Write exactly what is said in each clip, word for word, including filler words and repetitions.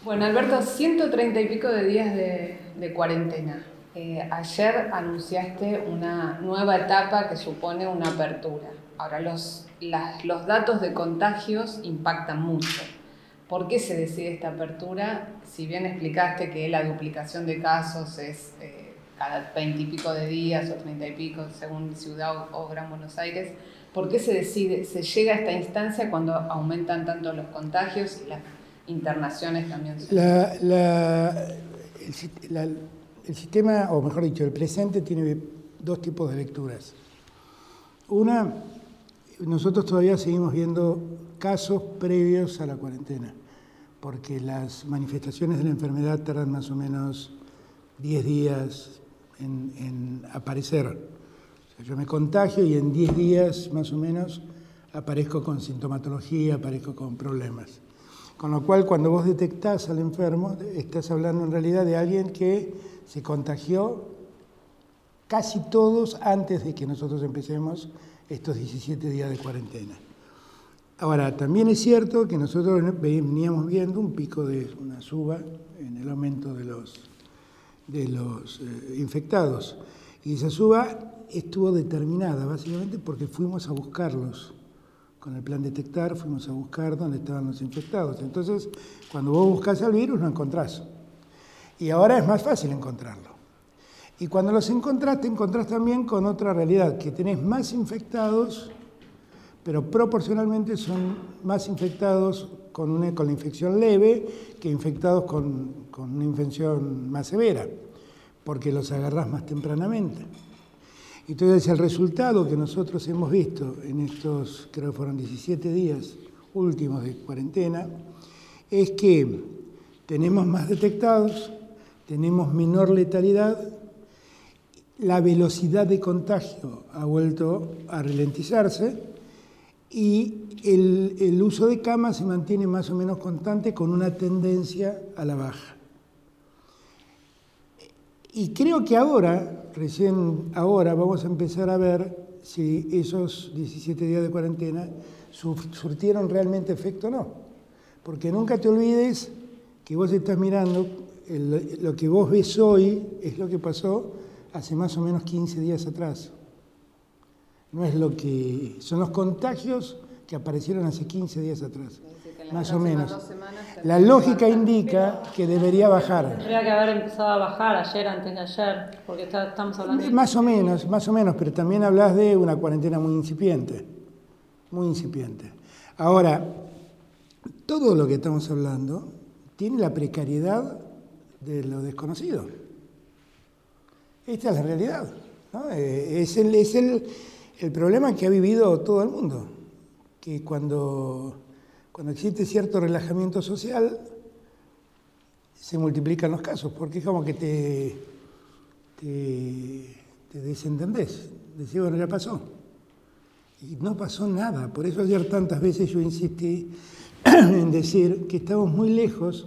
Bueno, Alberto, ciento treinta y pico de días de, de cuarentena. Eh, ayer anunciaste una nueva etapa que supone una apertura. Ahora, los, las, los datos de contagios impactan mucho. ¿Por qué se decide esta apertura? Si bien explicaste que la duplicación de casos es eh, cada veinte y pico de días o treinta y pico, según ciudad o, o Gran Buenos Aires, ¿por qué se decide, se llega a esta instancia cuando aumentan tanto los contagios y las internaciones también? La, la, el, la, el sistema, o mejor dicho, el presente tiene dos tipos de lecturas. Una, nosotros todavía seguimos viendo casos previos a la cuarentena, porque las manifestaciones de la enfermedad tardan más o menos diez días en, en aparecer. O sea, yo me contagio y en diez días más o menos aparezco con sintomatología, aparezco con problemas. Con lo cual, cuando vos detectás al enfermo, estás hablando en realidad de alguien que se contagió casi todos antes de que nosotros empecemos estos diecisiete días de cuarentena. Ahora, también es cierto que nosotros veníamos viendo un pico de una suba en el aumento de los, de los eh, infectados. Y esa suba estuvo determinada básicamente porque fuimos a buscarlos. Con el plan Detectar fuimos a buscar dónde estaban los infectados. Entonces, cuando vos buscás al virus, lo encontrás. Y ahora es más fácil encontrarlo. Y cuando los encontrás, te encontrás también con otra realidad, que tenés más infectados, pero proporcionalmente son más infectados con, una, con la infección leve que infectados con, con una infección más severa, porque los agarrás más tempranamente. Entonces, el resultado que nosotros hemos visto en estos, creo que fueron diecisiete días últimos de cuarentena, es que tenemos más detectados, tenemos menor letalidad, la velocidad de contagio ha vuelto a ralentizarse y el, el uso de camas se mantiene más o menos constante con una tendencia a la baja. Y creo que ahora, recién ahora, vamos a empezar a ver si esos diecisiete días de cuarentena surtieron realmente efecto o no. Porque nunca te olvides que vos estás mirando, el, lo que vos ves hoy es lo que pasó hace más o menos quince días atrás. No es lo que... Son los contagios que aparecieron hace quince días atrás. Más o menos. La lógica indica que debería bajar. Tendría que haber empezado a bajar ayer, antes de ayer, porque está, estamos hablando... Más o menos, más o menos, pero también hablas de una cuarentena muy incipiente, muy incipiente. Ahora, todo lo que estamos hablando tiene la precariedad de lo desconocido. Esta es la realidad, ¿no? Es el, es el, el problema que ha vivido todo el mundo, que cuando... Cuando existe cierto relajamiento social, se multiplican los casos, porque es como que te, te, te desentendés. Decís, bueno, ya pasó. Y no pasó nada. Por eso ayer tantas veces yo insistí en decir que estamos muy lejos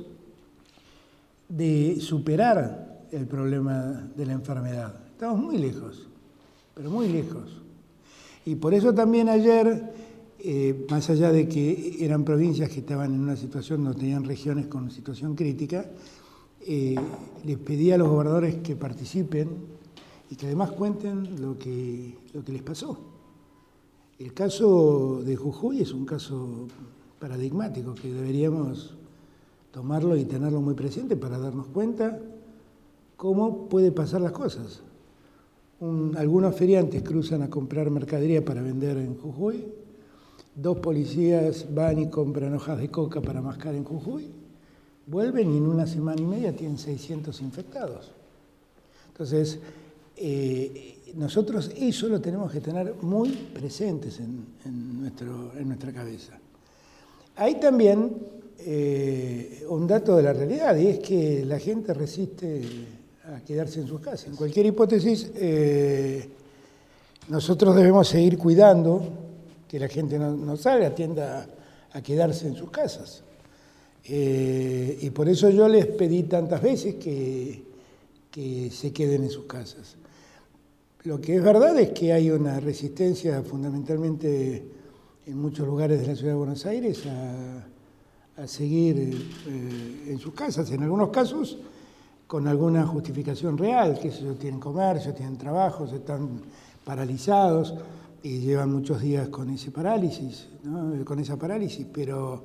de superar el problema de la enfermedad. Estamos muy lejos, pero muy lejos. Y por eso también ayer... Eh, más allá de que eran provincias que estaban en una situación, no tenían regiones con situación crítica, eh, les pedí a los gobernadores que participen y que además cuenten lo que, lo que les pasó. El caso de Jujuy es un caso paradigmático que deberíamos tomarlo y tenerlo muy presente para darnos cuenta cómo puede pasar las cosas. Un, algunos feriantes cruzan a comprar mercadería para vender en Jujuy. Dos policías van y compran hojas de coca para mascar en Jujuy, vuelven y en una semana y media tienen seiscientos infectados. Entonces, eh, nosotros eso lo tenemos que tener muy presentes en, en, nuestro, en nuestra cabeza. Hay también eh, un dato de la realidad, y es que la gente resiste a quedarse en sus casas. En cualquier hipótesis, eh, nosotros debemos seguir cuidando que la gente no, no salga, tienda a, a quedarse en sus casas. Eh, y por eso yo les pedí tantas veces que, que se queden en sus casas. Lo que es verdad es que hay una resistencia fundamentalmente en muchos lugares de la ciudad de Buenos Aires a, a seguir eh, en sus casas, en algunos casos con alguna justificación real, que ellos tienen comercio, tienen trabajos, están paralizados y llevan muchos días con ese parálisis, ¿no? Con esa parálisis, pero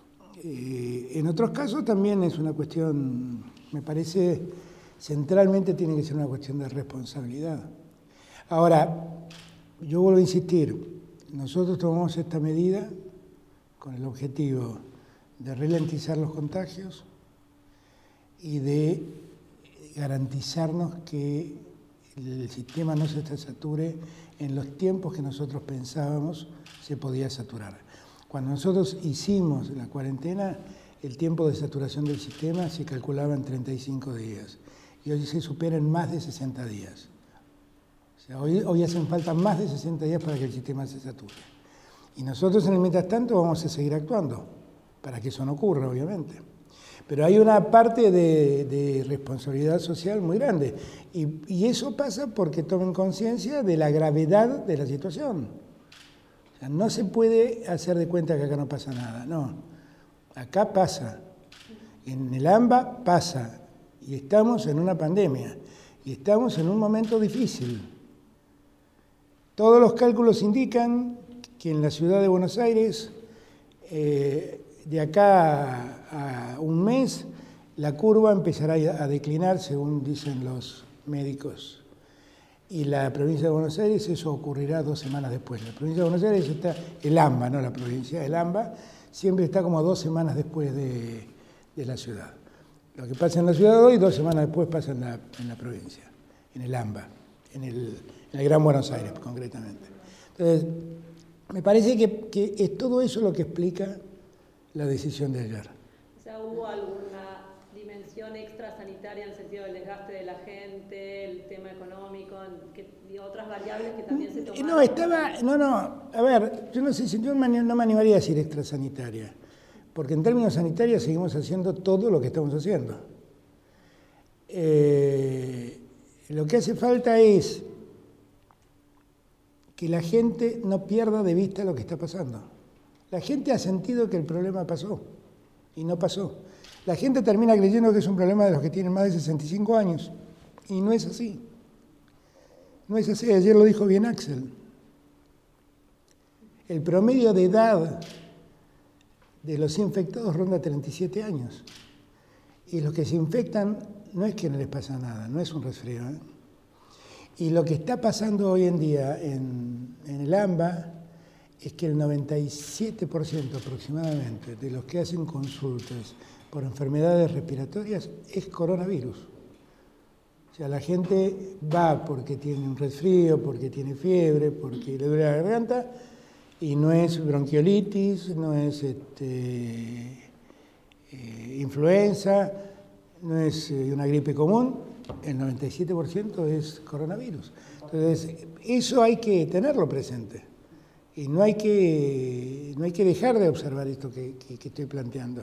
eh, en otros casos también es una cuestión, me parece, centralmente tiene que ser una cuestión de responsabilidad. Ahora, yo vuelvo a insistir, nosotros tomamos esta medida con el objetivo de ralentizar los contagios y de garantizarnos que el sistema no se sature en los tiempos que nosotros pensábamos se podía saturar. Cuando nosotros hicimos la cuarentena, el tiempo de saturación del sistema se calculaba en treinta y cinco días y hoy se supera en más de sesenta días. O sea, hoy, hoy hacen falta más de sesenta días para que el sistema se sature. Y nosotros en el mientras tanto vamos a seguir actuando para que eso no ocurra, obviamente. Pero hay una parte de, de responsabilidad social muy grande. Y, y eso pasa porque tomen conciencia de la gravedad de la situación. O sea, no se puede hacer de cuenta que acá no pasa nada, no. Acá pasa. En el AMBA pasa. Y estamos en una pandemia. Y estamos en un momento difícil. Todos los cálculos indican que en la ciudad de Buenos Aires, eh, de acá a, a un mes, la curva empezará a declinar, según dicen los médicos. Y la provincia de Buenos Aires, eso ocurrirá dos semanas después. La provincia de Buenos Aires está, el AMBA, no la provincia, el AMBA, siempre está como dos semanas después de, de la ciudad. Lo que pasa en la ciudad hoy, dos semanas después pasa en la, en la provincia, en el AMBA, en el, en el Gran Buenos Aires, concretamente. Entonces, me parece que, que es todo eso lo que explica la decisión de ayer. O sea, ¿hubo alguna dimensión extra sanitaria en el sentido del desgaste de la gente, el tema económico que, y otras variables que también se tomaron? No, estaba, no, no, a ver, yo no sé, yo no me animaría a decir extra sanitaria, porque en términos sanitarios seguimos haciendo todo lo que estamos haciendo. Eh, lo que hace falta es que la gente no pierda de vista lo que está pasando. La gente ha sentido que el problema pasó, y no pasó. La gente termina creyendo que es un problema de los que tienen más de sesenta y cinco años, y no es así. No es así, ayer lo dijo bien Axel. El promedio de edad de los infectados ronda treinta y siete años, y los que se infectan no es que no les pasa nada, no es un resfriado, ¿eh? Y lo que está pasando hoy en día en, en el AMBA es que el noventa y siete por ciento aproximadamente de los que hacen consultas por enfermedades respiratorias es coronavirus. O sea, la gente va porque tiene un resfrío, porque tiene fiebre, porque le duele la garganta, y no es bronquiolitis, no es este, eh, influenza, no es eh, una gripe común. El noventa y siete por ciento es coronavirus. Entonces, eso hay que tenerlo presente. Y no hay que, no hay que dejar de observar esto que, que, que estoy planteando.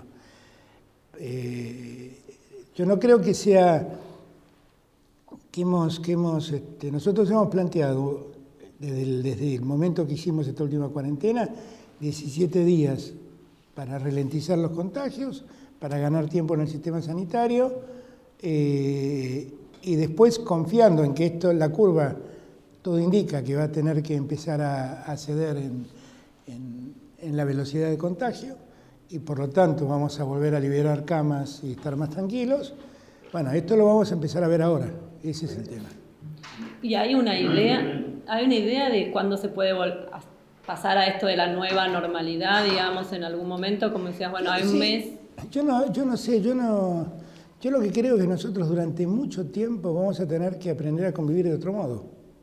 Eh, yo no creo que sea que hemos, que hemos este, nosotros hemos planteado desde el, desde el momento que hicimos esta última cuarentena, diecisiete días para ralentizar los contagios, para ganar tiempo en el sistema sanitario, Eh, y después confiando en que esto, la curva, todo indica que va a tener que empezar a, a ceder en, en, en la velocidad de contagio, y por lo tanto vamos a volver a liberar camas y estar más tranquilos. Bueno, esto lo vamos a empezar a ver ahora, ese es el tema. ¿Y hay una idea, hay una idea de cuándo se puede vol- a pasar a esto de la nueva normalidad, digamos, en algún momento, como decías, bueno, hay un Sí, mes? Yo no, yo no sé, yo no... Yo lo que creo es que nosotros durante mucho tiempo vamos a tener que aprender a convivir de otro modo.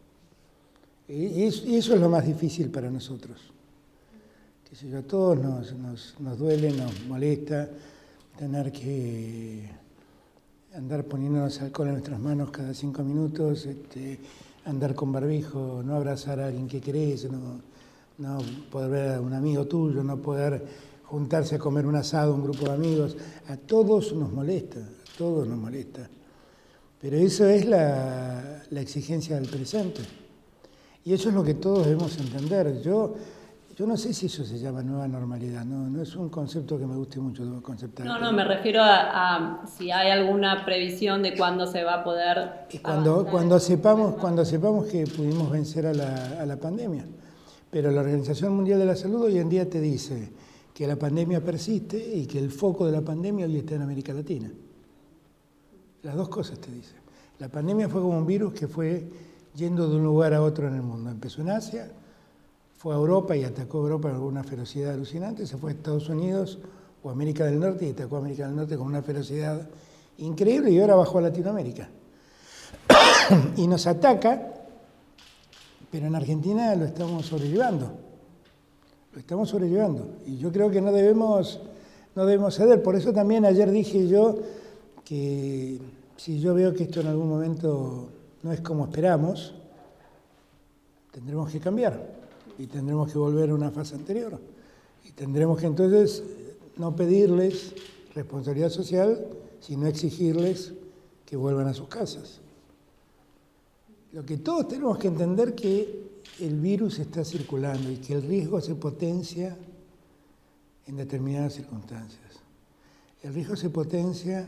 Y eso es lo más difícil para nosotros. Que si yo, a todos nos, nos, nos duele, nos molesta tener que andar poniéndonos alcohol en nuestras manos cada cinco minutos, este, andar con barbijo, no abrazar a alguien que querés, no, no poder ver a un amigo tuyo, no poder juntarse a comer un asado, un grupo de amigos. A todos nos molesta. Todo nos molesta, pero eso es la, la exigencia del presente, y eso es lo que todos debemos entender. Yo, yo no sé si eso se llama nueva normalidad, no, no es un concepto que me guste mucho conceptar. No, no, me refiero a, a si hay alguna previsión de cuándo se va a poder... Cuando, cuando, sepamos, cuando sepamos que pudimos vencer a la, a la pandemia. Pero la Organización Mundial de la Salud hoy en día te dice que la pandemia persiste y que el foco de la pandemia hoy está en América Latina. Las dos cosas te dice. La pandemia fue como un virus que fue yendo de un lugar a otro en el mundo. Empezó en Asia, fue a Europa y atacó a Europa con una ferocidad alucinante, se fue a Estados Unidos o América del Norte y atacó a América del Norte con una ferocidad increíble y ahora bajó a Latinoamérica. Y nos ataca, pero en Argentina lo estamos sobrellevando. Lo estamos sobrellevando. Y yo creo que no debemos, no debemos ceder. Por eso también ayer dije yo que si yo veo que esto en algún momento no es como esperamos, tendremos que cambiar. Y tendremos que volver a una fase anterior. Y tendremos que entonces no pedirles responsabilidad social, sino exigirles que vuelvan a sus casas. Lo que todos tenemos que entender que el virus está circulando y que el riesgo se potencia en determinadas circunstancias. El riesgo se potencia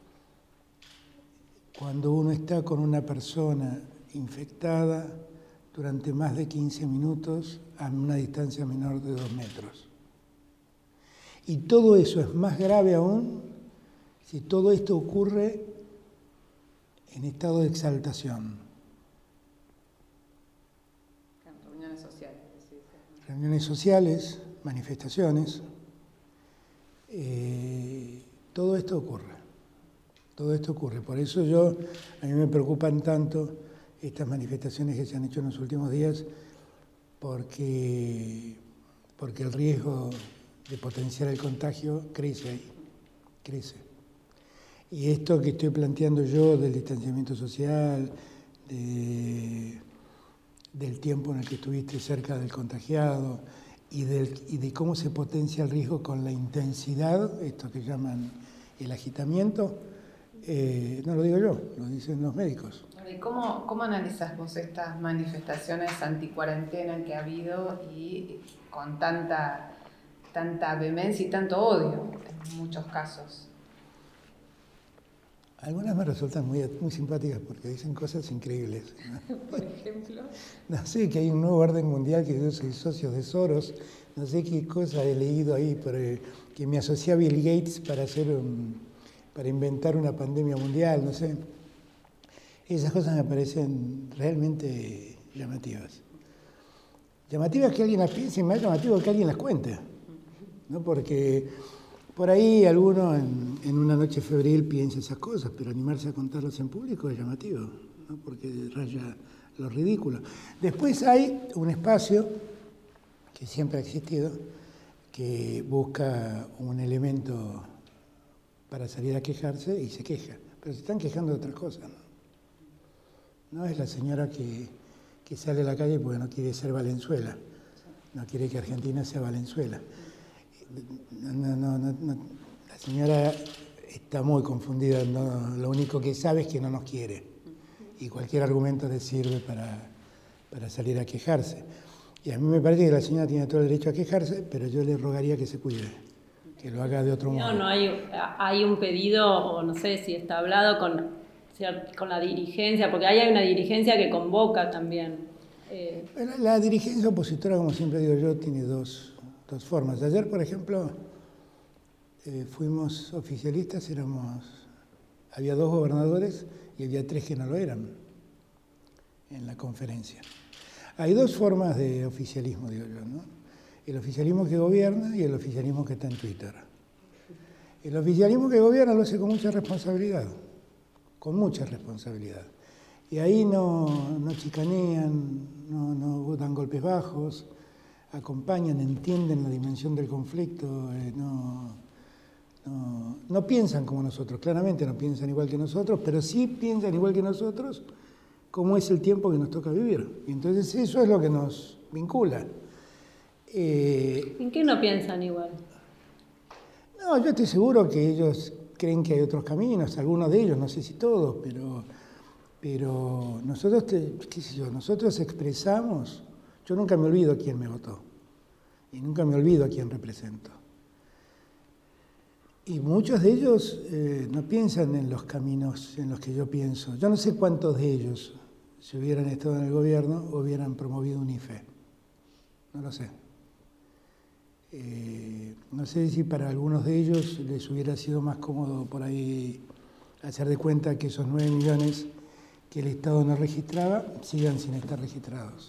cuando uno está con una persona infectada durante más de quince minutos a una distancia menor de dos metros. Y todo eso es más grave aún si todo esto ocurre en estado de exaltación. Reuniones sociales. Sí, sí. Reuniones sociales, manifestaciones, eh, todo esto ocurre. Todo esto ocurre. Por eso yo, a mí me preocupan tanto estas manifestaciones que se han hecho en los últimos días, porque, porque el riesgo de potenciar el contagio crece ahí, crece. Y esto que estoy planteando yo del distanciamiento social, de, del tiempo en el que estuviste cerca del contagiado y, del, y de cómo se potencia el riesgo con la intensidad, esto que llaman el agitamiento, eh, no lo digo yo, lo dicen los médicos. ¿Y cómo, cómo analizas vos estas manifestaciones anticuarentena que ha habido y con tanta, tanta vehemencia y tanto odio en muchos casos? Algunas me resultan muy, muy simpáticas porque dicen cosas increíbles, ¿no? Por ejemplo. No sé, que hay un nuevo orden mundial, que yo soy socio de Soros, no sé qué cosa he leído ahí, pero, que me asocié a Bill Gates para, hacer un, para inventar una pandemia mundial, no sé. Esas cosas me parecen realmente llamativas. Llamativas que alguien las piense y más llamativo que alguien las cuente, ¿no? Porque por ahí alguno en, en una noche febril piensa esas cosas, pero animarse a contarlas en público es llamativo, ¿no? Porque raya lo ridículo. Después hay un espacio que siempre ha existido, que busca un elemento para salir a quejarse y se queja, pero se están quejando de otras cosas, ¿no? No es la señora que, que sale a la calle porque no quiere ser Valenzuela, no quiere que Argentina sea Valenzuela. No, no, no, no, la señora está muy confundida, no, lo único que sabe es que no nos quiere y cualquier argumento le sirve para, para salir a quejarse. Y a mí me parece que la señora tiene todo el derecho a quejarse, pero yo le rogaría que se cuide, que lo haga de otro modo. No, no hay, hay un pedido, o no sé si está hablado con... con la dirigencia, porque ahí hay una dirigencia que convoca también. Eh. La, la dirigencia opositora, como siempre digo yo, tiene dos, dos formas. Ayer, por ejemplo, eh, fuimos oficialistas, éramos, había dos gobernadores y había tres que no lo eran en la conferencia. Hay dos formas de oficialismo, digo yo, ¿no? El oficialismo que gobierna y el oficialismo que está en Twitter. El oficialismo que gobierna lo hace con mucha responsabilidad. con mucha responsabilidad. Y ahí no, no chicanean, no, no dan golpes bajos, acompañan, entienden la dimensión del conflicto, eh, no, no, no piensan como nosotros, claramente no piensan igual que nosotros, pero sí piensan igual que nosotros cómo es el tiempo que nos toca vivir. Y entonces eso es lo que nos vincula. Eh, ¿En qué no piensan igual? No, yo estoy seguro que ellos creen que hay otros caminos, algunos de ellos, no sé si todos, pero, pero nosotros, te, qué sé yo, nosotros expresamos, yo nunca me olvido quién me votó, y nunca me olvido a quién represento. Y muchos de ellos eh, no piensan en los caminos en los que yo pienso. Yo no sé cuántos de ellos, si hubieran estado en el gobierno, hubieran promovido un I F E. No lo sé. Eh, no sé si para algunos de ellos les hubiera sido más cómodo por ahí hacer de cuenta que esos nueve millones que el Estado no registraba sigan sin estar registrados.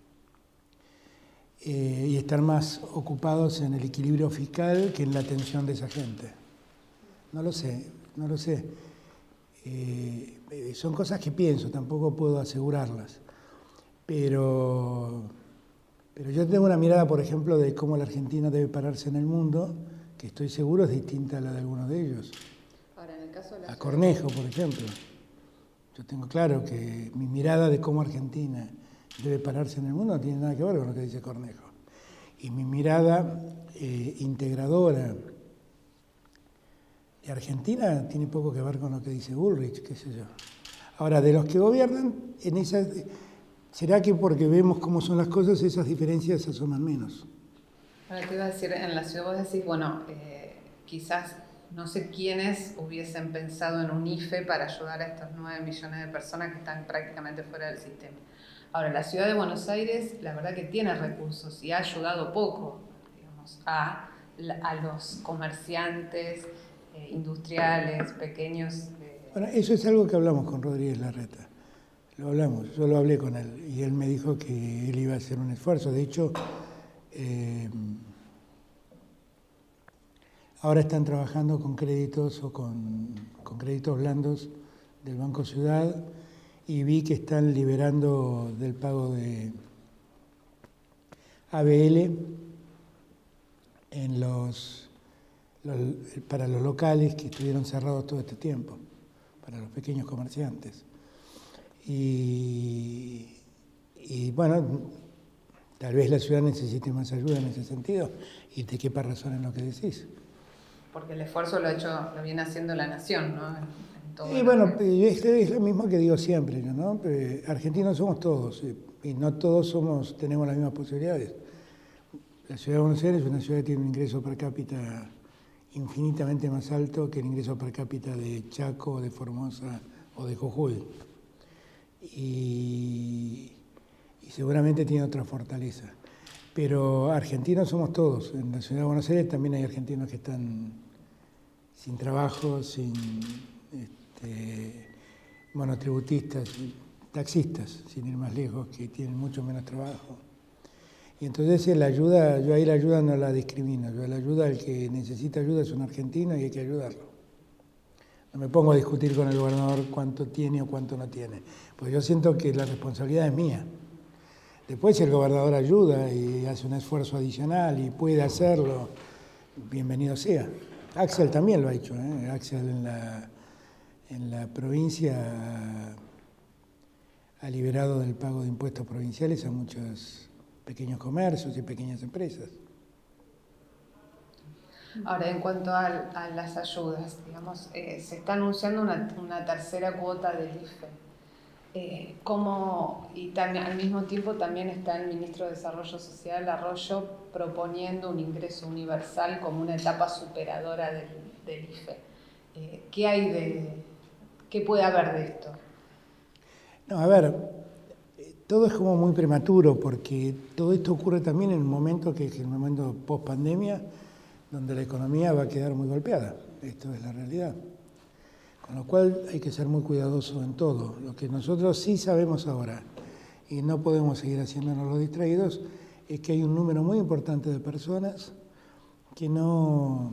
Eh, y estar más ocupados en el equilibrio fiscal que en la atención de esa gente. No lo sé, no lo sé. Eh, eh, son cosas que pienso, tampoco puedo asegurarlas. Pero, pero yo tengo una mirada, por ejemplo, de cómo la Argentina debe pararse en el mundo, que estoy seguro es distinta a la de algunos de ellos. Ahora, en el caso de la a Cornejo, por ejemplo. Yo tengo claro que mi mirada de cómo Argentina debe pararse en el mundo no tiene nada que ver con lo que dice Cornejo. Y mi mirada eh, integradora de Argentina tiene poco que ver con lo que dice Bullrich, qué sé yo. Ahora, de los que gobiernan, en esas, ¿será que porque vemos cómo son las cosas, esas diferencias se asoman menos? Ahora te iba a decir, en la ciudad vos decís, bueno, eh, quizás no sé quiénes hubiesen pensado en un I F E para ayudar a estos nueve millones de personas que están prácticamente fuera del sistema. Ahora, la ciudad de Buenos Aires, la verdad que tiene recursos y ha ayudado poco, digamos, a, a los comerciantes, eh, industriales, pequeños. Eh. Bueno, eso es algo que hablamos con Rodríguez Larreta. Lo hablamos, yo lo hablé con él y él me dijo que él iba a hacer un esfuerzo. De hecho, eh, ahora están trabajando con créditos o con, con créditos blandos del Banco Ciudad. Y vi que están liberando del pago de A B L en los, los, para los locales que estuvieron cerrados todo este tiempo, para los pequeños comerciantes. Y, y bueno, tal vez la ciudad necesite más ayuda en ese sentido, y te quepa razón en lo que decís. Porque el esfuerzo lo ha hecho, lo viene haciendo la nación, ¿no? Y bueno, este es lo mismo que digo siempre, ¿no? Argentinos somos todos y no todos somos, tenemos las mismas posibilidades. La ciudad de Buenos Aires es una ciudad que tiene un ingreso per cápita infinitamente más alto que el ingreso per cápita de Chaco, de Formosa o de Jujuy. Y, y seguramente tiene otra fortaleza. Pero argentinos somos todos. En la ciudad de Buenos Aires también hay argentinos que están sin trabajo, sin... Eh, monotributistas, taxistas, sin ir más lejos, que tienen mucho menos trabajo. Y entonces la ayuda, yo ahí la ayuda no la discrimino, yo la ayuda al que necesita ayuda es un argentino y hay que ayudarlo. No me pongo a discutir con el gobernador cuánto tiene o cuánto no tiene, porque yo siento que la responsabilidad es mía. Después si el gobernador ayuda y hace un esfuerzo adicional y puede hacerlo, bienvenido sea. Axel también lo ha hecho, ¿eh? Axel en la... En la provincia ha liberado del pago de impuestos provinciales a muchos pequeños comercios y pequeñas empresas. Ahora, en cuanto a, a las ayudas, digamos, eh, se está anunciando una, una tercera cuota del I F E. Eh, ¿cómo, y también, al mismo tiempo también está el ministro de Desarrollo Social, Arroyo, proponiendo un ingreso universal como una etapa superadora del, del I F E. Eh, ¿Qué hay de... ¿Qué puede haber de esto? No, a ver, todo es como muy prematuro porque todo esto ocurre también en un momento que es el momento post-pandemia, donde la economía va a quedar muy golpeada. Esto es la realidad. Con lo cual hay que ser muy cuidadoso en todo. Lo que nosotros sí sabemos ahora, y no podemos seguir haciéndonos los distraídos, es que hay un número muy importante de personas que no...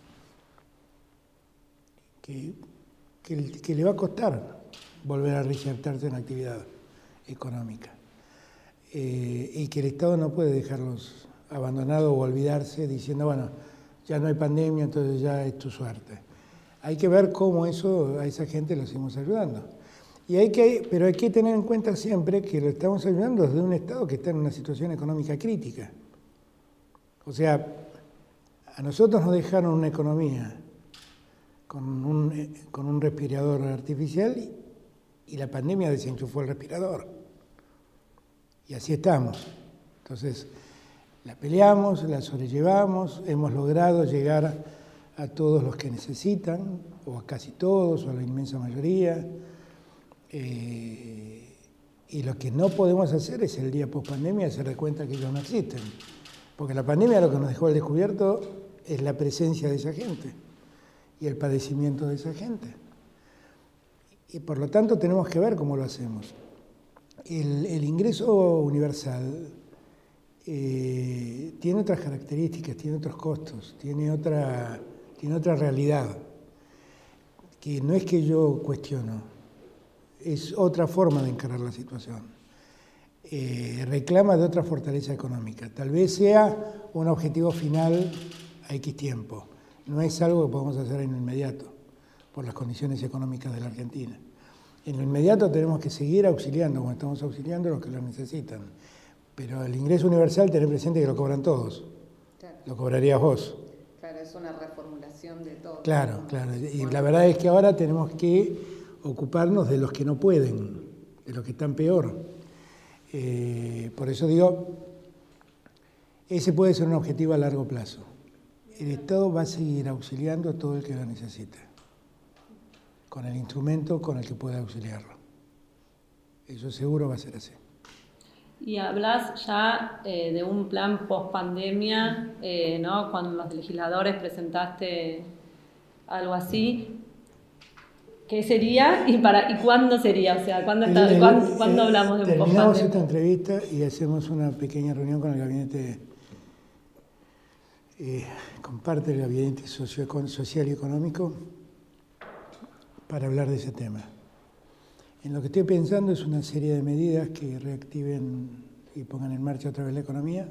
que Que, que le va a costar volver a reinsertarse en la actividad económica. Eh, y que el Estado no puede dejarlos abandonados o olvidarse diciendo, bueno, ya no hay pandemia, entonces ya es tu suerte. Hay que ver cómo eso, a esa gente lo seguimos ayudando. Y hay que, pero hay que tener en cuenta siempre que lo estamos ayudando desde un Estado que está en una situación económica crítica. O sea, a nosotros nos dejaron una economía Con un, con un respirador artificial y, y la pandemia desenchufó el respirador. Y así estamos. Entonces, La peleamos, la sobrellevamos, hemos logrado llegar a todos los que necesitan, o a casi todos, o a la inmensa mayoría. Eh, y lo que no podemos hacer es el día post pandemia hacer de cuenta que ellos no existen. Porque la pandemia lo que nos dejó al descubierto es la presencia de esa gente y el padecimiento de esa gente. Y por lo tanto tenemos que ver cómo lo hacemos. El, el ingreso universal eh, tiene otras características, tiene otros costos, tiene otra, tiene otra realidad, que no es que yo cuestiono, es otra forma de encarar la situación. Eh, reclama de otra fortaleza económica. Tal vez sea un objetivo final a X tiempo. No es algo que podamos hacer en lo inmediato, por las condiciones económicas de la Argentina. En lo inmediato tenemos que seguir auxiliando, como estamos auxiliando a los que lo necesitan. Pero el ingreso universal, tener presente que lo cobran todos. Claro. Lo cobrarías vos. Claro, es una reformulación de todo. Claro, claro. Y bueno, la verdad es que ahora tenemos que ocuparnos de los que no pueden, de los que están peor. Eh, por eso digo, ese puede ser un objetivo a largo plazo. El Estado va a seguir auxiliando a todo el que lo necesite, con el instrumento con el que pueda auxiliarlo. Eso seguro va a ser así. Y hablas ya eh, de un plan post-pandemia, eh, ¿no? Cuando los legisladores presentaste algo así. ¿Qué sería y para y cuándo sería? O sea, ¿cuándo, está, el, ¿cuándo, ¿cuándo eh, hablamos de un post-pandemia? Terminamos esta entrevista y hacemos una pequeña reunión con el gabinete, eh, con parte del gabinete socio, social y económico, para hablar de ese tema. En lo que estoy pensando es una serie de medidas que reactiven y pongan en marcha otra vez la economía,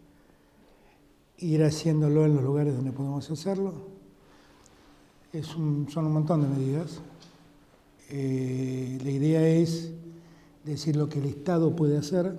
ir haciéndolo en los lugares donde podemos hacerlo. Es un, son un montón de medidas. Eh, la idea es decir lo que el Estado puede hacer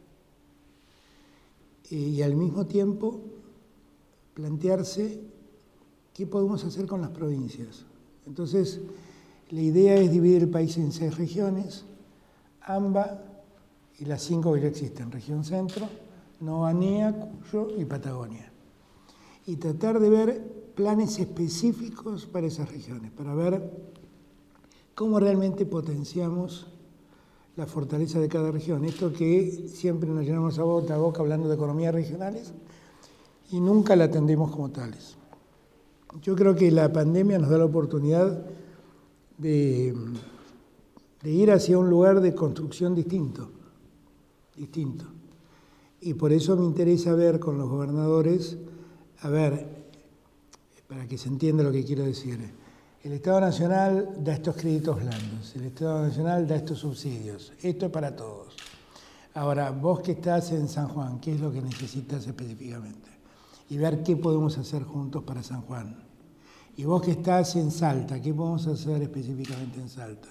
eh, y al mismo tiempo plantearse qué podemos hacer con las provincias. Entonces, la idea es dividir el país en seis regiones, AMBA y las cinco que ya existen, región centro, Novanea, Cuyo y Patagonia. Y tratar de ver planes específicos para esas regiones, para ver cómo realmente potenciamos la fortaleza de cada región. Esto que siempre nos llenamos a boca a boca hablando de economías regionales y nunca la atendemos como tales. Yo creo que la pandemia nos da la oportunidad de, de ir hacia un lugar de construcción distinto, distinto. Y por eso me interesa ver con los gobernadores, a ver, para que se entienda lo que quiero decir. El Estado Nacional da estos créditos blandos, el Estado Nacional da estos subsidios, esto es para todos. Ahora, vos que estás en San Juan, ¿qué es lo que necesitas específicamente? Y ver qué podemos hacer juntos para San Juan. Y vos que estás en Salta, ¿qué podemos hacer específicamente en Salta?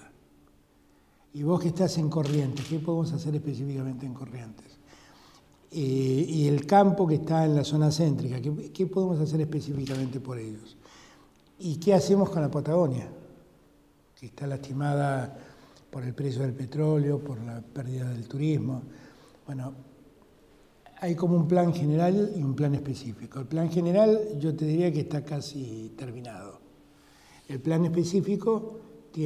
Y vos que estás en Corrientes, ¿qué podemos hacer específicamente en Corrientes? Eh, y el campo que está en la zona céntrica, ¿qué, qué podemos hacer específicamente por ellos? ¿Y qué hacemos con la Patagonia? Que está lastimada por el precio del petróleo, por la pérdida del turismo. Bueno, hay como un plan general y un plan específico. El plan general yo te diría que está casi terminado. El plan específico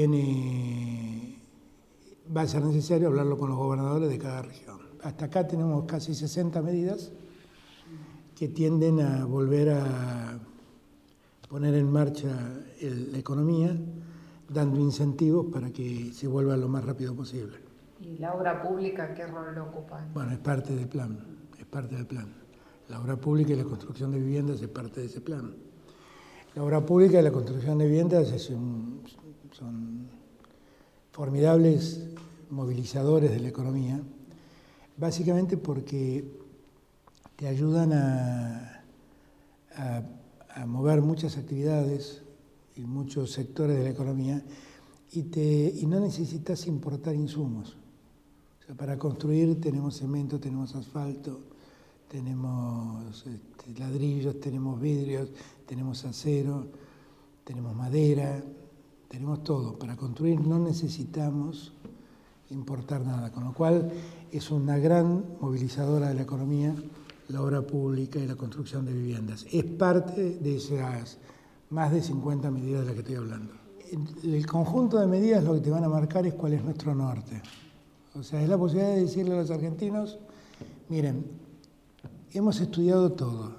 tiene, va a ser necesario hablarlo con los gobernadores de cada región. Hasta acá tenemos casi sesenta medidas que tienden a volver a poner en marcha el, la economía, dando incentivos para que se vuelva lo más rápido posible. ¿Y la obra pública qué rol ocupa? Bueno, es parte del plan, es parte del plan. La obra pública y la construcción de viviendas es parte de ese plan. La obra pública y la construcción de viviendas es un, son formidables movilizadores de la economía, básicamente porque te ayudan a, a a mover muchas actividades y muchos sectores de la economía y, te, y no necesitas importar insumos. O sea, para construir tenemos cemento, tenemos asfalto, tenemos este, ladrillos, tenemos vidrios, tenemos acero, tenemos madera, tenemos todo. Para construir no necesitamos importar nada, con lo cual es una gran movilizadora de la economía la obra pública y la construcción de viviendas. Es parte de esas más de cincuenta medidas de las que estoy hablando. El conjunto de medidas lo que te van a marcar es cuál es nuestro norte. O sea, es la posibilidad de decirle a los argentinos, miren, hemos estudiado todo.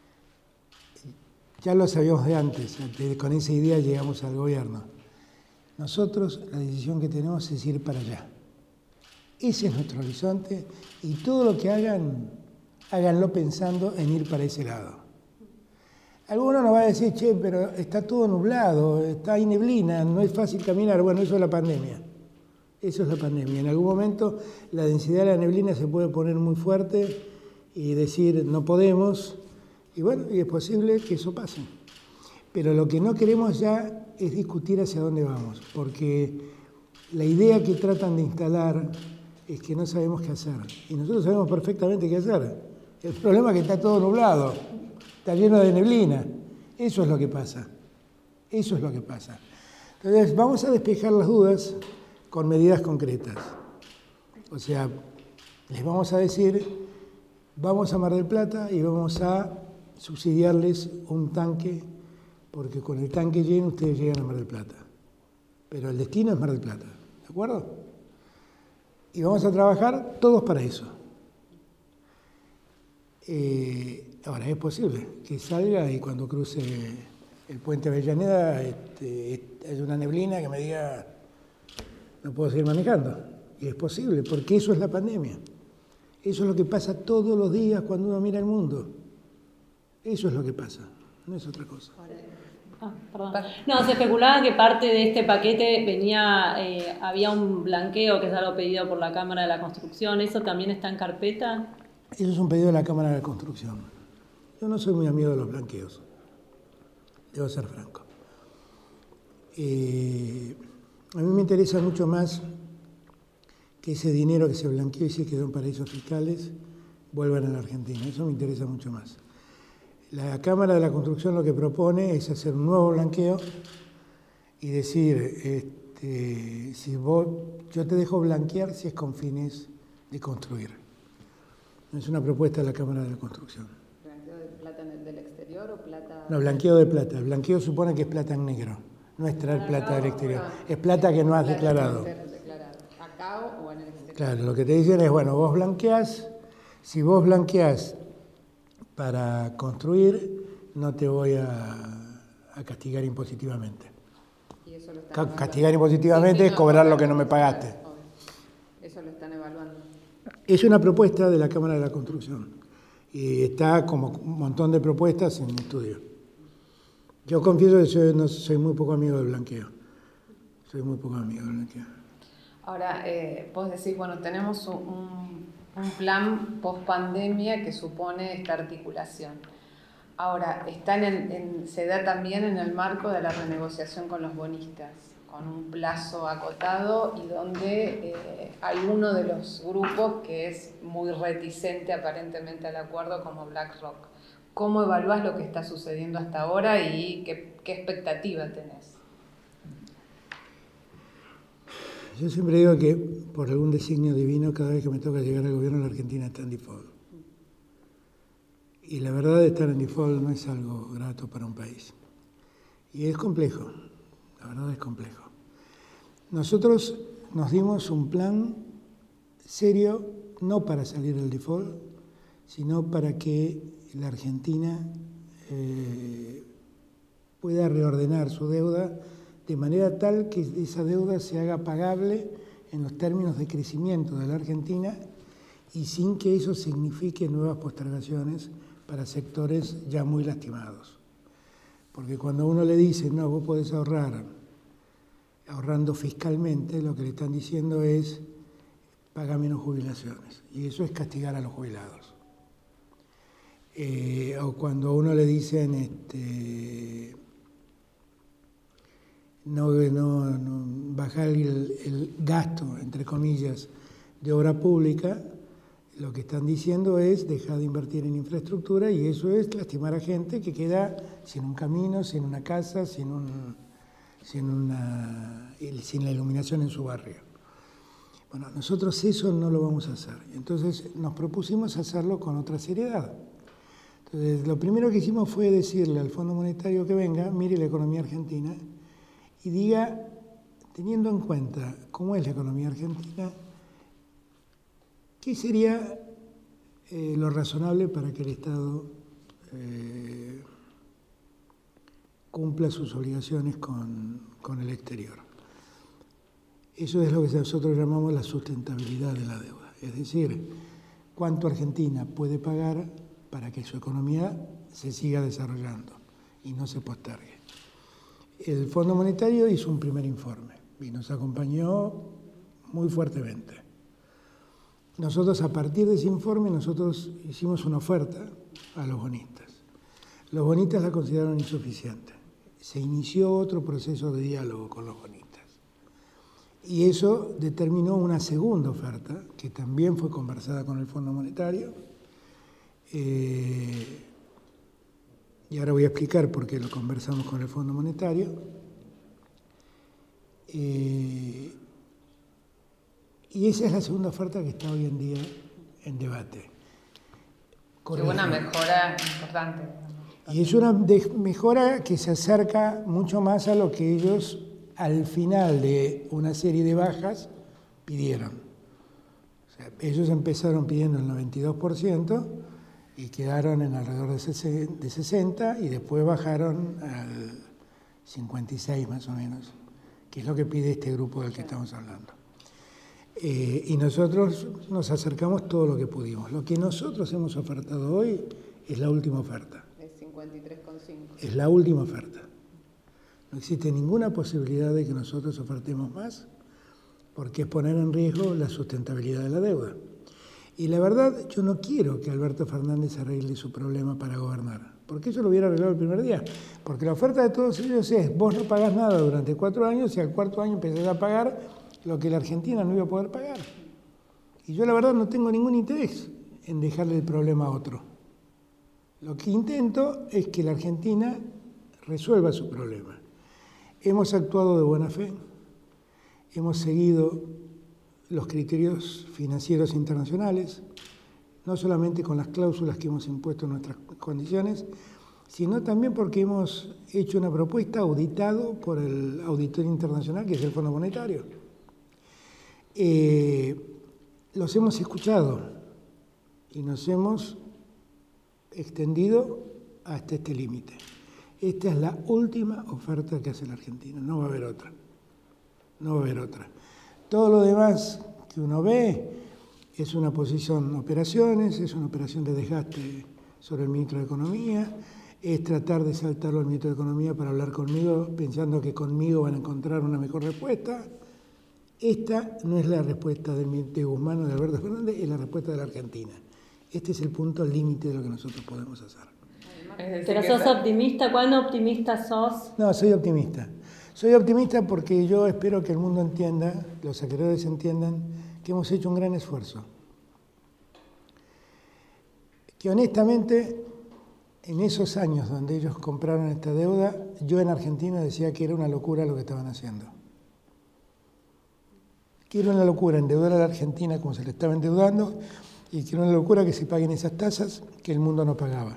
Ya lo sabíamos de antes, con esa idea llegamos al gobierno. Nosotros la decisión que tenemos es ir para allá. Ese es nuestro horizonte y todo lo que hagan, háganlo pensando en ir para ese lado. Alguno nos va a decir, che, pero está todo nublado, está hay neblina, no es fácil caminar. Bueno, eso es la pandemia. Eso es la pandemia. En algún momento la densidad de la neblina se puede poner muy fuerte y decir, no podemos. Y bueno, y es posible que eso pase. Pero lo que no queremos ya es discutir hacia dónde vamos, porque la idea que tratan de instalar es que no sabemos qué hacer. Y nosotros sabemos perfectamente qué hacer. El problema es que está todo nublado. Está lleno de neblina. Eso es lo que pasa. Eso es lo que pasa. Entonces, vamos a despejar las dudas con medidas concretas. O sea, les vamos a decir, vamos a Mar del Plata y vamos a subsidiarles un tanque, porque con el tanque lleno ustedes llegan a Mar del Plata. Pero el destino es Mar del Plata. ¿De acuerdo? Y vamos a trabajar todos para eso. Eh, ahora, es posible que salga y cuando cruce el puente Avellaneda este, hay una neblina que me diga no puedo seguir manejando. Y es posible, porque eso es la pandemia. Eso es lo que pasa todos los días cuando uno mira el mundo. Eso es lo que pasa, no es otra cosa. Ah, perdón. No, se especulaba que parte de este paquete venía, eh, había un blanqueo que es algo pedido por la Cámara de la Construcción. ¿Eso también está en carpeta? Eso es un pedido de la Cámara de la Construcción. Yo no soy muy amigo de los blanqueos, debo ser franco. Eh, a mí me interesa mucho más que ese dinero que se blanqueó y se quedó en paraísos fiscales vuelva a la Argentina. Eso me interesa mucho más. La Cámara de la Construcción lo que propone es hacer un nuevo blanqueo y decir, este, si vos, yo te dejo blanquear si es con fines de construir. No es una propuesta de la Cámara de la Construcción. ¿Blanqueo de plata del exterior o plata...? No, blanqueo de plata. El blanqueo supone que es plata en negro. No es traer plata del exterior. Es plata que no has declarado. ¿Acá o en el exterior? Claro, lo que te dicen es, bueno, vos blanqueás, si vos blanqueás para construir, no te voy a, a castigar impositivamente. ¿Y eso lo están Castigar impositivamente sí, sí, no, es cobrar no, lo que no me pagaste. Eso lo están evaluando. Es una propuesta de la Cámara de la Construcción y está como un montón de propuestas en estudio. Yo confieso que soy, no, soy muy poco amigo del blanqueo. Soy muy poco amigo del blanqueo. Ahora, eh, vos decís, bueno, tenemos un, un plan post-pandemia que supone esta articulación. Ahora, está en el, en, se da también en el marco de la renegociación con los bonistas, con un plazo acotado y donde eh, alguno de los grupos que es muy reticente aparentemente al acuerdo, como BlackRock. ¿Cómo evalúas lo que está sucediendo hasta ahora y qué, qué expectativa tenés? Yo siempre digo que por algún designio divino, cada vez que me toca llegar al gobierno, la Argentina está en default. Y la verdad, estar en default no es algo grato para un país. Y es complejo, la verdad es complejo. Nosotros nos dimos un plan serio, no para salir del default, sino para que la Argentina eh, pueda reordenar su deuda de manera tal que esa deuda se haga pagable en los términos de crecimiento de la Argentina y sin que eso signifique nuevas postergaciones para sectores ya muy lastimados. Porque cuando uno le dice, no, vos podés ahorrar, ahorrando fiscalmente, lo que le están diciendo es, paga menos jubilaciones. Y eso es castigar a los jubilados. Eh, o cuando a uno le dicen, este, no, no, no bajar el, el gasto, entre comillas, de obra pública, lo que están diciendo es dejar de invertir en infraestructura y eso es lastimar a gente que queda sin un camino, sin una casa, sin, un, sin, una, sin la iluminación en su barrio. Bueno, nosotros eso no lo vamos a hacer. Entonces nos propusimos hacerlo con otra seriedad. Entonces, lo primero que hicimos fue decirle al Fondo Monetario que venga, mire la economía argentina y diga, teniendo en cuenta cómo es la economía argentina, ¿qué sería eh, lo razonable para que el Estado eh, cumpla sus obligaciones con, con el exterior? Eso es lo que nosotros llamamos la sustentabilidad de la deuda. Es decir, cuánto Argentina puede pagar para que su economía se siga desarrollando y no se postergue. El Fondo Monetario hizo un primer informe y nos acompañó muy fuertemente. Nosotros, a partir de ese informe, nosotros hicimos una oferta a los bonistas. Los bonistas la consideraron insuficiente. Se inició otro proceso de diálogo con los bonistas. Y eso determinó una segunda oferta, que también fue conversada con el Fondo Monetario. Eh, y ahora voy a explicar por qué lo conversamos con el Fondo Monetario. Eh, y esa es la segunda oferta que está hoy en día en debate. Qué buena mejora importante. Y es una de- mejora que se acerca mucho más a lo que ellos, al final de una serie de bajas, pidieron. O sea, ellos empezaron pidiendo el noventa y dos por ciento y quedaron en alrededor de sesenta y después bajaron al cincuenta y seis más o menos, que es lo que pide este grupo del que estamos hablando. Eh, y nosotros nos acercamos todo lo que pudimos. Lo que nosotros hemos ofertado hoy es la última oferta. Es cincuenta y tres coma cinco. Es la última oferta. No existe ninguna posibilidad de que nosotros ofertemos más, porque es poner en riesgo la sustentabilidad de la deuda. Y la verdad, yo no quiero que Alberto Fernández arregle su problema para gobernar, porque eso lo hubiera arreglado el primer día. Porque la oferta de todos ellos es, vos no pagás nada durante cuatro años y al cuarto año empezás a pagar lo que la Argentina no iba a poder pagar. Y yo la verdad no tengo ningún interés en dejarle el problema a otro. Lo que intento es que la Argentina resuelva su problema. Hemos actuado de buena fe, hemos seguido los criterios financieros internacionales, no solamente con las cláusulas que hemos impuesto en nuestras condiciones, sino también porque hemos hecho una propuesta auditado por el auditor internacional, que es el Fondo Monetario. Eh, los hemos escuchado y nos hemos extendido hasta este límite. Esta es la última oferta que hace la Argentina, no va a haber otra, no va a haber otra. Todo lo demás que uno ve es una posición operaciones, es una operación de desgaste sobre el ministro de Economía, es tratar de saltarlo al ministro de Economía para hablar conmigo, pensando que conmigo van a encontrar una mejor respuesta. Esta no es la respuesta del, de Guzmán o de Alberto Fernández, es la respuesta de la Argentina. Este es el punto límite de lo que nosotros podemos hacer. Pero sos optimista, ¿cuándo optimista sos? No, soy optimista. Soy optimista porque yo espero que el mundo entienda, los acreedores entiendan, que hemos hecho un gran esfuerzo. Que honestamente, en esos años donde ellos compraron esta deuda, yo en Argentina decía que era una locura lo que estaban haciendo. Que era una locura endeudar a la Argentina como se le estaba endeudando y que era una locura que se paguen esas tasas que el mundo no pagaba.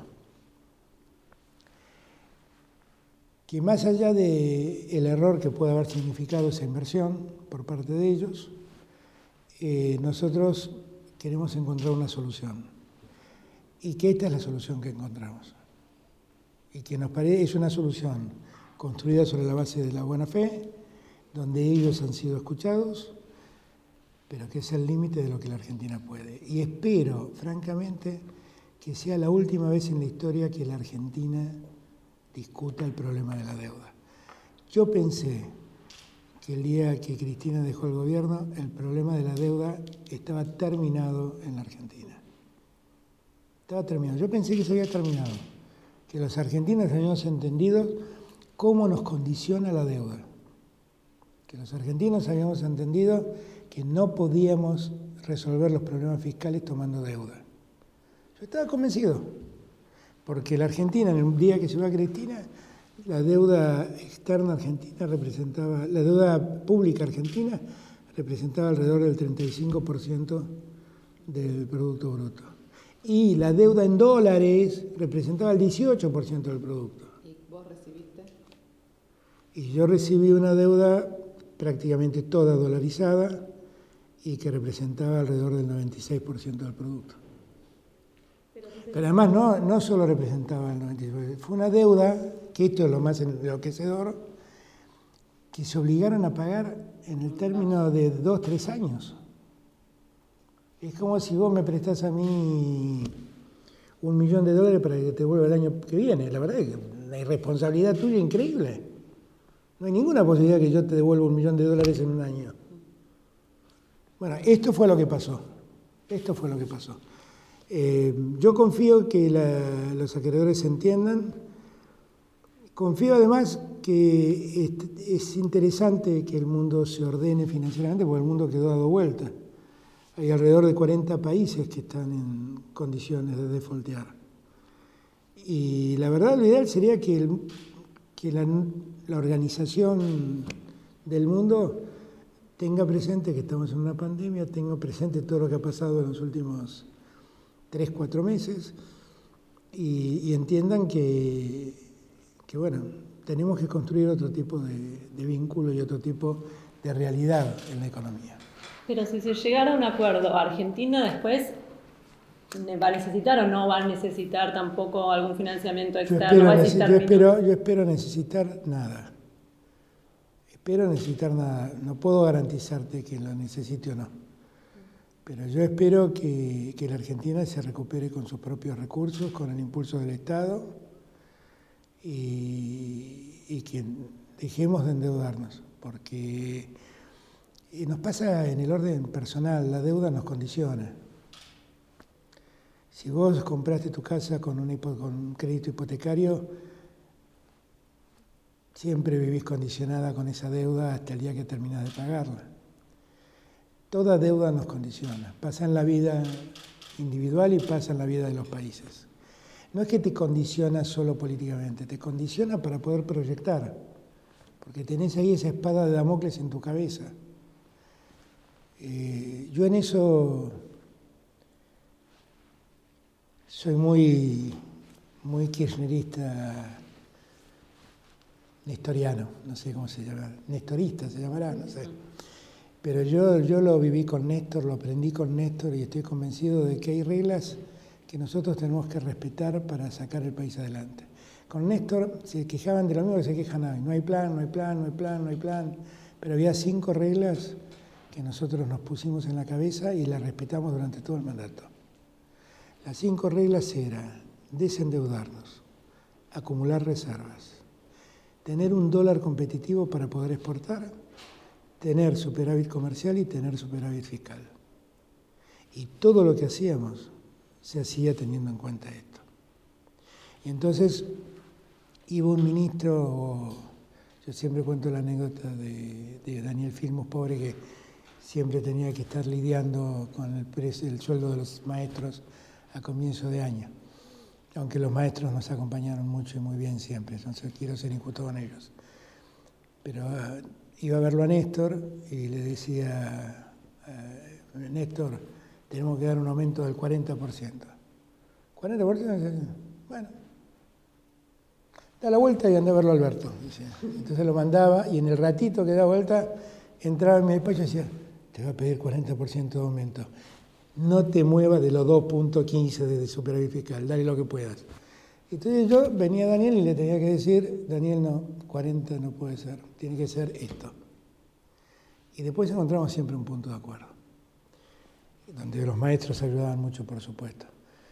Que más allá del error que puede haber significado esa inversión por parte de ellos, eh, nosotros queremos encontrar una solución. Y que esta es la solución que encontramos. Y que nos parece es una solución construida sobre la base de la buena fe, donde ellos han sido escuchados, pero que es el límite de lo que la Argentina puede. Y espero, francamente, que sea la última vez en la historia que la Argentina discuta el problema de la deuda. Yo pensé que el día que Cristina dejó el gobierno, el problema de la deuda estaba terminado en la Argentina. Estaba terminado. Yo pensé que se había terminado, que los argentinos habíamos entendido cómo nos condiciona la deuda, que los argentinos habíamos entendido que no podíamos resolver los problemas fiscales tomando deuda. Yo estaba convencido. Porque la Argentina, en el día que se va Cristina, la deuda externa argentina representaba, la deuda pública argentina representaba alrededor del treinta y cinco por ciento del Producto Bruto. Y la deuda en dólares representaba el dieciocho por ciento del producto. ¿Y vos recibiste? Y yo recibí una deuda prácticamente toda dolarizada y que representaba alrededor del noventa y seis por ciento del producto. Pero además no, no solo representaba el noventa y seis por ciento, fue una deuda, que esto es lo más enloquecedor, que se obligaron a pagar en el término de dos, tres años. Es como si vos me prestás a mí un millón de dólares para que te vuelva el año que viene. La verdad es que la irresponsabilidad tuya es increíble. No hay ninguna posibilidad que yo te devuelva un millón de dólares en un año. Bueno, esto fue lo que pasó. Esto fue lo que pasó. Eh, yo confío que la, los acreedores se entiendan. Confío además que es, es interesante que el mundo se ordene financieramente, porque el mundo quedó dado vuelta. Hay alrededor de cuarenta países que están en condiciones de defaultear. Y la verdad, lo ideal sería que, el, que la, la organización del mundo tenga presente que estamos en una pandemia, tenga presente todo lo que ha pasado en los últimos tres, cuatro meses y, y entiendan que, que, bueno, tenemos que construir otro tipo de, de vínculo y otro tipo de realidad en la economía. Pero si se llegara a un acuerdo, ¿Argentina después va a necesitar o no va a necesitar tampoco algún financiamiento externo? Yo espero, ¿Va a necesitar, yo espero, yo espero necesitar nada. Espero necesitar nada. No puedo garantizarte que lo necesite o no. Pero yo espero que, que la Argentina se recupere con sus propios recursos, con el impulso del Estado y, y que dejemos de endeudarnos, porque y nos pasa en el orden personal, la deuda nos condiciona. Si vos compraste tu casa con un, hipo, con un crédito hipotecario, siempre vivís condicionada con esa deuda hasta el día que terminás de pagarla. Toda deuda nos condiciona, pasa en la vida individual y pasa en la vida de los países. No es que te condiciona solo políticamente, te condiciona para poder proyectar, porque tenés ahí esa espada de Damocles en tu cabeza. Eh, yo en eso soy muy, muy kirchnerista, nestoriano, no sé cómo se llama, nestorista se llamará, no sé. Pero yo, yo lo viví con Néstor, lo aprendí con Néstor y estoy convencido de que hay reglas que nosotros tenemos que respetar para sacar el país adelante. Con Néstor se quejaban de lo mismo que se quejan hoy, no hay plan, no hay plan, no hay plan, no hay plan, pero había cinco reglas que nosotros nos pusimos en la cabeza y las respetamos durante todo el mandato. Las cinco reglas eran desendeudarnos, acumular reservas, tener un dólar competitivo para poder exportar, tener superávit comercial y tener superávit fiscal. Y todo lo que hacíamos se hacía teniendo en cuenta esto. Y entonces iba un ministro, yo siempre cuento la anécdota de, de Daniel Filmus, pobre que siempre tenía que estar lidiando con el, precio, el sueldo de los maestros a comienzo de año, aunque los maestros nos acompañaron mucho y muy bien siempre, entonces quiero ser injusto con ellos. Pero uh, iba a verlo a Néstor y le decía, uh, Néstor, tenemos que dar un aumento del cuarenta por ciento. ¿cuarenta por ciento? Bueno, da la vuelta y anda a verlo a Alberto. Decía. Entonces lo mandaba y en el ratito que da vuelta entraba en mi despacho y decía, te va a pedir cuarenta por ciento de aumento. No te muevas de los dos punto quince de superávit fiscal, dale lo que puedas. Entonces yo venía a Daniel y le tenía que decir, Daniel, no, cuarenta no puede ser, tiene que ser esto. Y después encontramos siempre un punto de acuerdo, donde los maestros ayudaban mucho, por supuesto.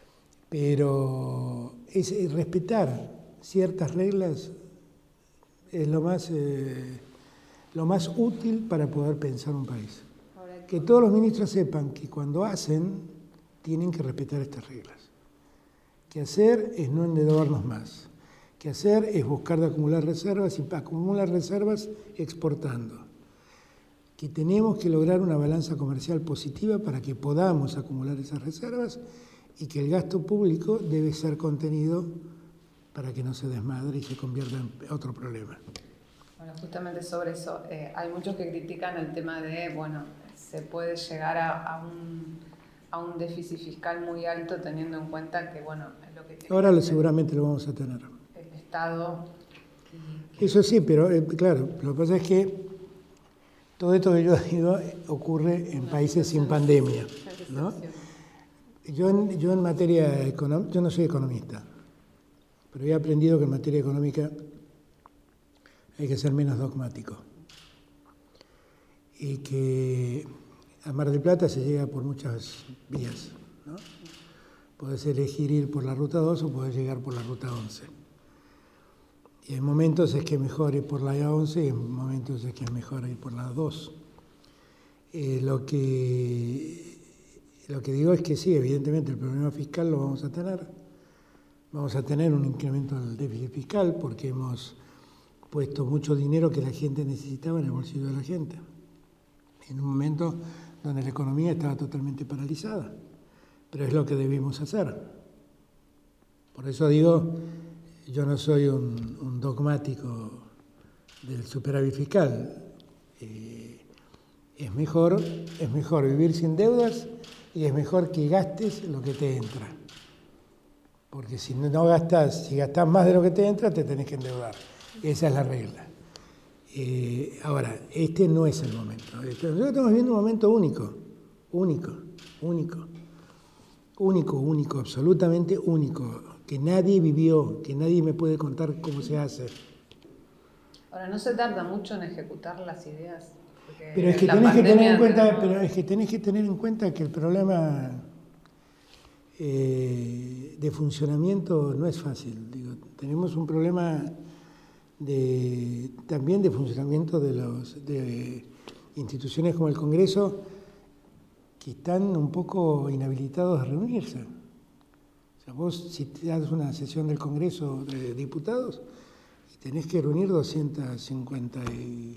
Pero es, respetar ciertas reglas es lo más, eh, lo más útil para poder pensar un país. Que todos los ministros sepan que cuando hacen, tienen que respetar estas reglas. Que hacer es no endeudarnos más. Que hacer es buscar de acumular reservas y acumular reservas exportando. Que tenemos que lograr una balanza comercial positiva para que podamos acumular esas reservas y que el gasto público debe ser contenido para que no se desmadre y se convierta en otro problema. Bueno, justamente sobre eso, eh, hay muchos que critican el tema de, bueno, se puede llegar a, a, un, a un déficit fiscal muy alto teniendo en cuenta que, bueno, es lo que tiene Ahora que lo, hacer seguramente lo vamos a tener. el Estado. Y que... Eso sí, pero eh, claro, lo que pasa es que todo esto que yo digo ocurre en países sin pandemia, ¿no? Yo en, yo en materia económica, yo no soy economista, pero he aprendido que en materia económica hay que ser menos dogmático y que a Mar del Plata se llega por muchas vías, ¿no? Podés elegir ir por la ruta dos o podés llegar por la ruta once. Y en momentos es que es mejor ir por la once y en momentos es que es mejor ir por la dos. Eh, lo que, lo que digo es que sí, evidentemente el problema fiscal lo vamos a tener. Vamos a tener un incremento del déficit fiscal porque hemos puesto mucho dinero que la gente necesitaba en el bolsillo de la gente, en un momento donde la economía estaba totalmente paralizada, pero es lo que debimos hacer. Por eso digo, yo no soy un, un dogmático del superávit fiscal. Eh, es mejor, es mejor vivir sin deudas y es mejor que gastes lo que te entra. Porque si no gastas, si gastas más de lo que te entra, te tenés que endeudar. Esa es la regla. Eh, ahora, este no es el momento. Nosotros estamos viviendo un momento único, único, único, único, único, absolutamente único, que nadie vivió, que nadie me puede contar cómo se hace. Ahora, no se tarda mucho en ejecutar las ideas. Pero es que tenés que tener en cuenta, tenemos... pero es que tenés que tener en cuenta que el problema eh, de funcionamiento no es fácil. Digo, tenemos un problema de, también de funcionamiento de los de instituciones como el Congreso, que están un poco inhabilitados a reunirse. O sea, vos si te das una sesión del Congreso de Diputados y tenés que reunir doscientas cincuenta y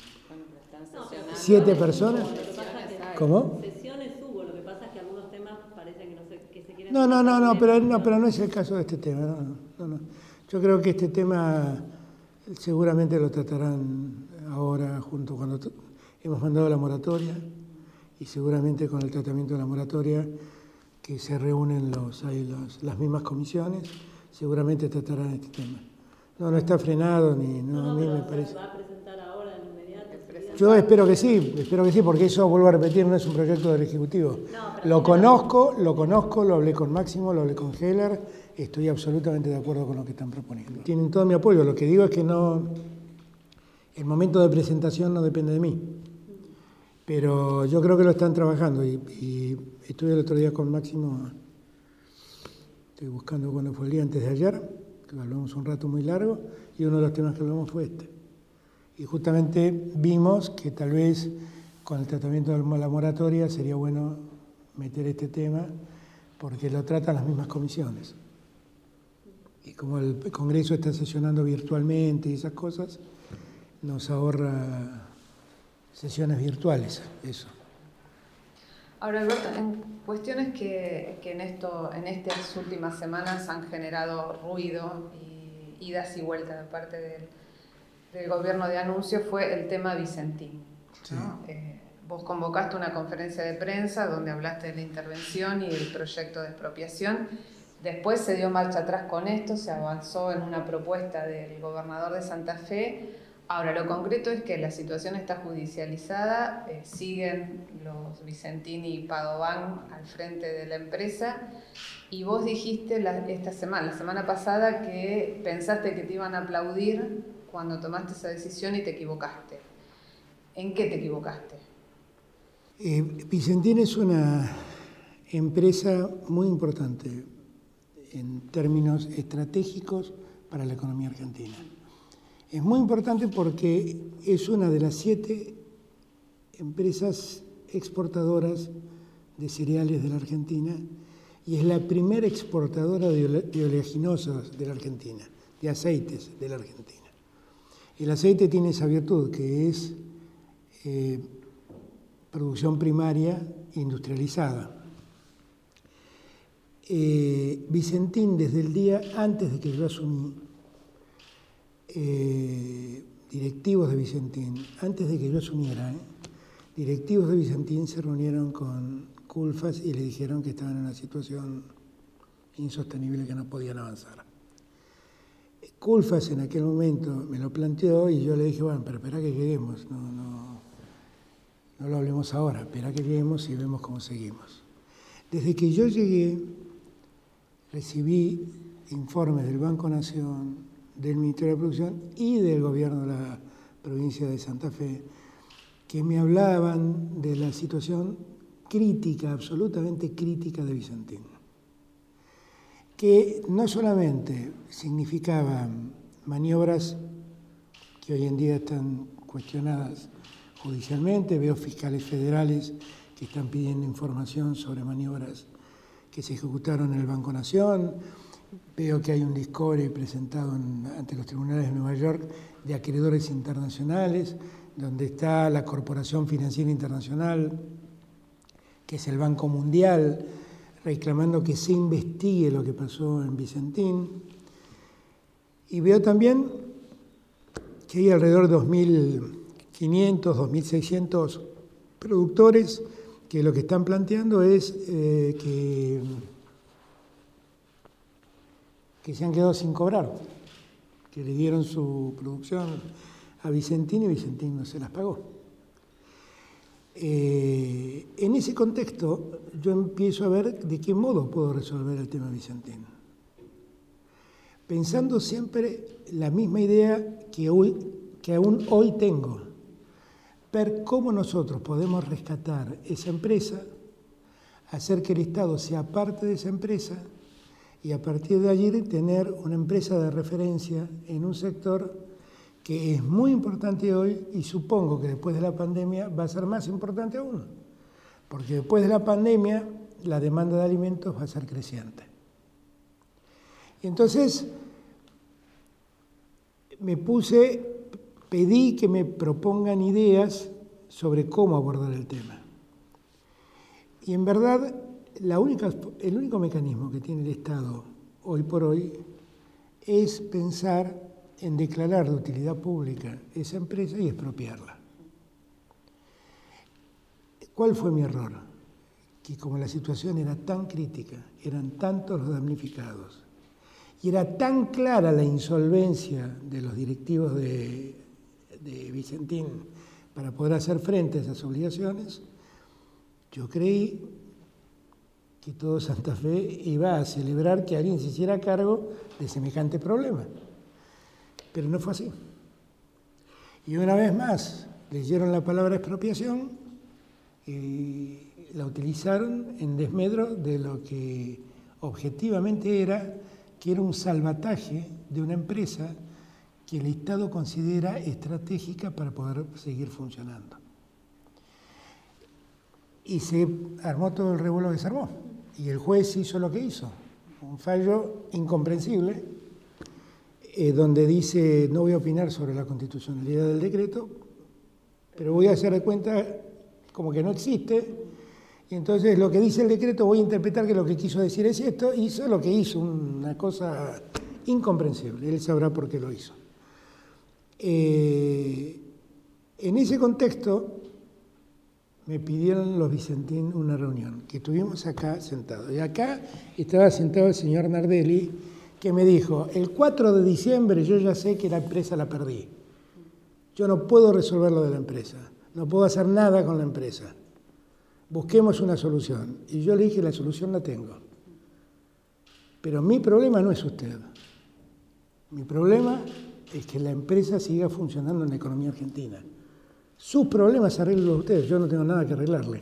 siete personas. ¿Cómo? Sesiones hubo, lo que pasa es que algunos temas parecen que, no se, que se quieren... No, no, no, no, pero no, pero no es el caso de este tema. No, no, no. Yo creo que este tema seguramente lo tratarán ahora junto cuando hemos mandado la moratoria y seguramente con el tratamiento de la moratoria que se reúnen los, hay los, las mismas comisiones, seguramente tratarán este tema. No, no está frenado ni no, no, no, a mí pero me parece. ¿va a presentar ahora en inmediato? Yo espero que sí, espero que sí, porque eso, vuelvo a repetir, no es un proyecto del Ejecutivo. No, lo conozco, lo conozco, lo hablé con Máximo, lo hablé con Heller, estoy absolutamente de acuerdo con lo que están proponiendo. Tienen todo mi apoyo, lo que digo es que no, el momento de presentación no depende de mí, pero yo creo que lo están trabajando y, y estuve el otro día con Máximo, estoy buscando cuándo fue el día, antes de ayer, que hablamos un rato muy largo, y uno de los temas que hablamos fue este. Y justamente vimos que tal vez con el tratamiento de la moratoria sería bueno meter este tema porque lo tratan las mismas comisiones. Y como el Congreso está sesionando virtualmente y esas cosas, nos ahorra sesiones virtuales, eso. Ahora, Alberto, en cuestiones que, que en, esto, en estas últimas semanas han generado ruido y idas y vueltas de parte del... del gobierno de anuncio fue el tema Vicentín, ¿no? Sí. Eh, vos convocaste una conferencia de prensa donde hablaste de la intervención y del proyecto de expropiación. Después se dio marcha atrás con esto, se avanzó en una propuesta del gobernador de Santa Fe. Ahora, lo concreto es que la situación está judicializada, eh, siguen los Vicentín y Padovan al frente de la empresa. Y vos dijiste la, esta semana, la semana pasada, que pensaste que te iban a aplaudir cuando tomaste esa decisión y te equivocaste. ¿En qué te equivocaste? Eh, Vicentín es una empresa muy importante en términos estratégicos para la economía argentina. Es muy importante porque es una de las siete empresas exportadoras de cereales de la Argentina y es la primera exportadora de oleaginosos de la Argentina, de aceites de la Argentina. El aceite tiene esa virtud, que es eh, producción primaria industrializada. Eh, Vicentín, desde el día antes de que yo asumí, eh, directivos de Vicentín, antes de que yo asumiera, ¿eh? directivos de Vicentín se reunieron con Culfas y le dijeron que estaban en una situación insostenible, que no podían avanzar. Culfas en aquel momento me lo planteó y yo le dije, bueno, pero espera que lleguemos, no, no, no lo hablemos ahora, espera que lleguemos y vemos cómo seguimos. Desde que yo llegué, recibí informes del Banco Nación, del Ministerio de Producción y del Gobierno de la provincia de Santa Fe, que me hablaban de la situación crítica, absolutamente crítica de Vicentín, que no solamente significaban maniobras que hoy en día están cuestionadas judicialmente, veo fiscales federales que están pidiendo información sobre maniobras que se ejecutaron en el Banco Nación, veo que hay un discovery presentado en, ante los tribunales de Nueva York de acreedores internacionales, donde está la Corporación Financiera Internacional, que es el Banco Mundial, reclamando que se investigue lo que pasó en Vicentín. Y veo también que hay alrededor de dos mil quinientos, dos mil seiscientos productores que lo que están planteando es eh, que, que se han quedado sin cobrar, que le dieron su producción a Vicentín y Vicentín no se las pagó. Eh, en ese contexto yo empiezo a ver de qué modo puedo resolver el tema Vicentín. Pensando siempre la misma idea que, hoy, que aún hoy tengo, ver cómo nosotros podemos rescatar esa empresa, hacer que el Estado sea parte de esa empresa y a partir de allí tener una empresa de referencia en un sector que es muy importante hoy y supongo que después de la pandemia va a ser más importante aún, porque después de la pandemia la demanda de alimentos va a ser creciente. Y entonces me puse, pedí que me propongan ideas sobre cómo abordar el tema. Y en verdad, la única, el único mecanismo que tiene el Estado hoy por hoy es pensar en declarar de utilidad pública esa empresa y expropiarla. ¿Cuál fue mi error? Que como la situación era tan crítica, eran tantos los damnificados, y era tan clara la insolvencia de los directivos de, de Vicentín para poder hacer frente a esas obligaciones, yo creí que todo Santa Fe iba a celebrar que alguien se hiciera cargo de semejante problema. Pero no fue así. Y una vez más, leyeron la palabra expropiación y la utilizaron en desmedro de lo que objetivamente era, que era un salvataje de una empresa que el Estado considera estratégica para poder seguir funcionando. Y se armó todo el revuelo que se armó. Y el juez hizo lo que hizo. Un fallo incomprensible, Eh, donde dice, no voy a opinar sobre la constitucionalidad del decreto, pero voy a hacer de cuenta como que no existe, y entonces lo que dice el decreto voy a interpretar que lo que quiso decir es esto, hizo lo que hizo, una cosa incomprensible, él sabrá por qué lo hizo. Eh, en ese contexto me pidieron los Vicentín una reunión, que estuvimos acá sentados, y acá estaba sentado el señor Nardelli, que me dijo, el cuatro de diciembre yo ya sé que la empresa la perdí. Yo no puedo resolver lo de la empresa, no puedo hacer nada con la empresa. Busquemos una solución. Y yo le dije, la solución la tengo. Pero mi problema no es usted. Mi problema es que la empresa siga funcionando en la economía argentina. Sus problemas arreglenlos ustedes, yo no tengo nada que arreglarle.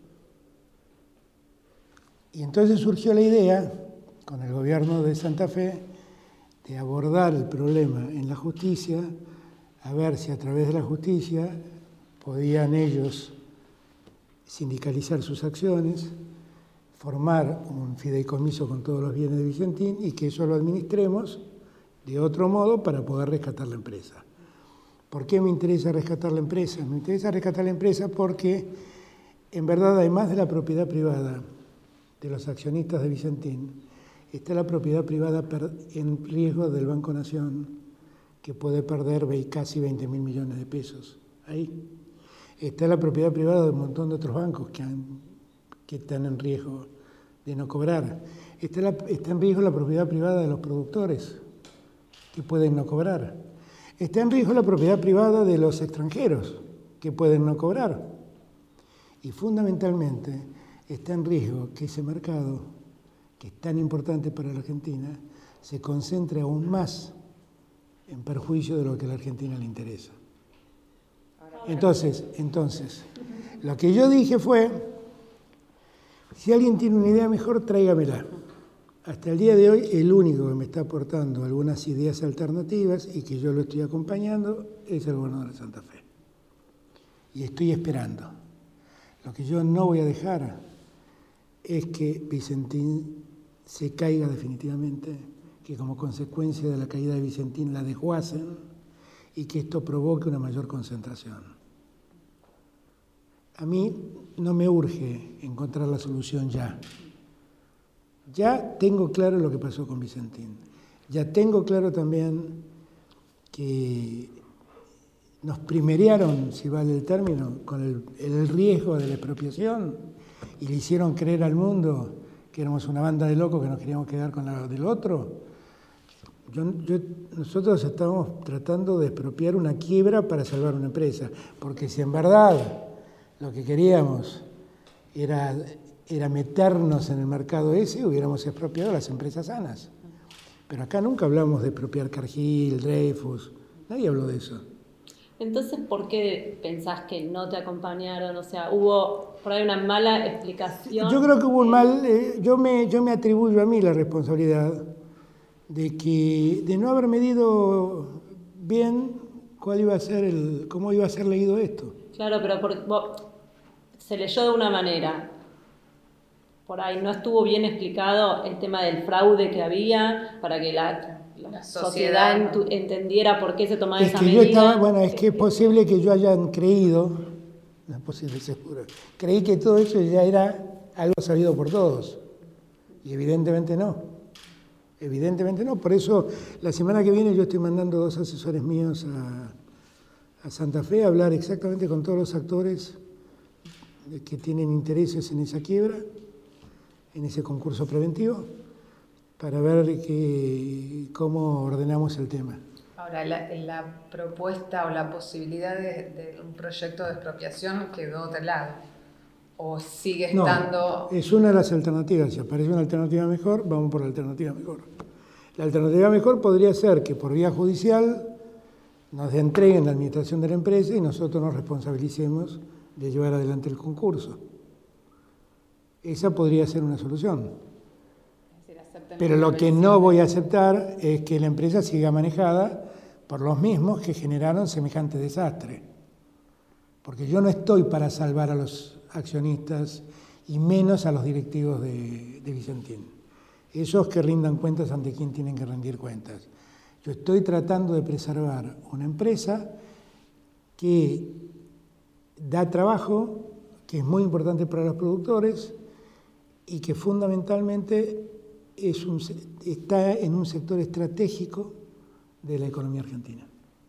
Y entonces surgió la idea, con el gobierno de Santa Fe, de abordar el problema en la justicia, a ver si a través de la justicia podían ellos sindicalizar sus acciones, formar un fideicomiso con todos los bienes de Vicentín y que eso lo administremos de otro modo para poder rescatar la empresa. ¿Por qué me interesa rescatar la empresa? Me interesa rescatar la empresa porque, en verdad, además de la propiedad privada de los accionistas de Vicentín, está la propiedad privada en riesgo del Banco Nación, que puede perder casi veinte mil millones de pesos. Ahí está la propiedad privada de un montón de otros bancos que, han, que están en riesgo de no cobrar. Está, la, está en riesgo la propiedad privada de los productores, que pueden no cobrar. Está en riesgo la propiedad privada de los extranjeros, que pueden no cobrar. Y fundamentalmente está en riesgo que ese mercado, que es tan importante para la Argentina, se concentre aún más en perjuicio de lo que a la Argentina le interesa. Entonces, entonces, lo que yo dije fue, si alguien tiene una idea mejor, tráigamela. Hasta el día de hoy, el único que me está aportando algunas ideas alternativas y que yo lo estoy acompañando es el gobernador de Santa Fe. Y estoy esperando. Lo que yo no voy a dejar es que Vicentín se caiga definitivamente, que como consecuencia de la caída de Vicentín la desguacen y que esto provoque una mayor concentración. A mí no me urge encontrar la solución ya. Ya tengo claro lo que pasó con Vicentín. Ya tengo claro también que nos primerearon, si vale el término, con el, el riesgo de la expropiación y le hicieron creer al mundo que éramos una banda de locos que nos queríamos quedar con la del otro. Yo, yo, nosotros estamos tratando de expropiar una quiebra para salvar una empresa, porque si en verdad lo que queríamos era, era meternos en el mercado ese, hubiéramos expropiado las empresas sanas. Pero acá nunca hablamos de expropiar Cargill, Dreyfus, nadie habló de eso. Entonces, ¿por qué pensás que no te acompañaron? O sea, ¿hubo por ahí una mala explicación? Yo creo que hubo un mal, eh, yo, me, yo me atribuyo a mí la responsabilidad de que de no haber medido bien cuál iba a ser el, cómo iba a ser leído esto. Claro, pero por, vos, se leyó de una manera. Por ahí no estuvo bien explicado el tema del fraude que había para que la, la, la sociedad, sociedad entendiera por qué se tomaba es esa que medida. Yo estaba, bueno, es que es posible que yo hayan creído, no es posible, seguro, creí que todo eso ya era algo sabido por todos. Y evidentemente no. Evidentemente no. Por eso la semana que viene yo estoy mandando dos asesores míos a, a Santa Fe a hablar exactamente con todos los actores que tienen intereses en esa quiebra, en ese concurso preventivo, para ver que, cómo ordenamos el tema. Ahora, la, la propuesta o la posibilidad de, de un proyecto de expropiación quedó de lado, o sigue estando... No, es una de las alternativas. Si aparece una alternativa mejor, vamos por la alternativa mejor. La alternativa mejor podría ser que por vía judicial nos entreguen la administración de la empresa y nosotros nos responsabilicemos de llevar adelante el concurso. Esa podría ser una solución. Pero lo que no voy a aceptar es que la empresa siga manejada por los mismos que generaron semejante desastre. Porque yo no estoy para salvar a los accionistas y menos a los directivos de, de Vicentín. Esos que rindan cuentas ante quien tienen que rendir cuentas. Yo estoy tratando de preservar una empresa que da trabajo, que es muy importante para los productores y que fundamentalmente es un, está en un sector estratégico de la economía argentina.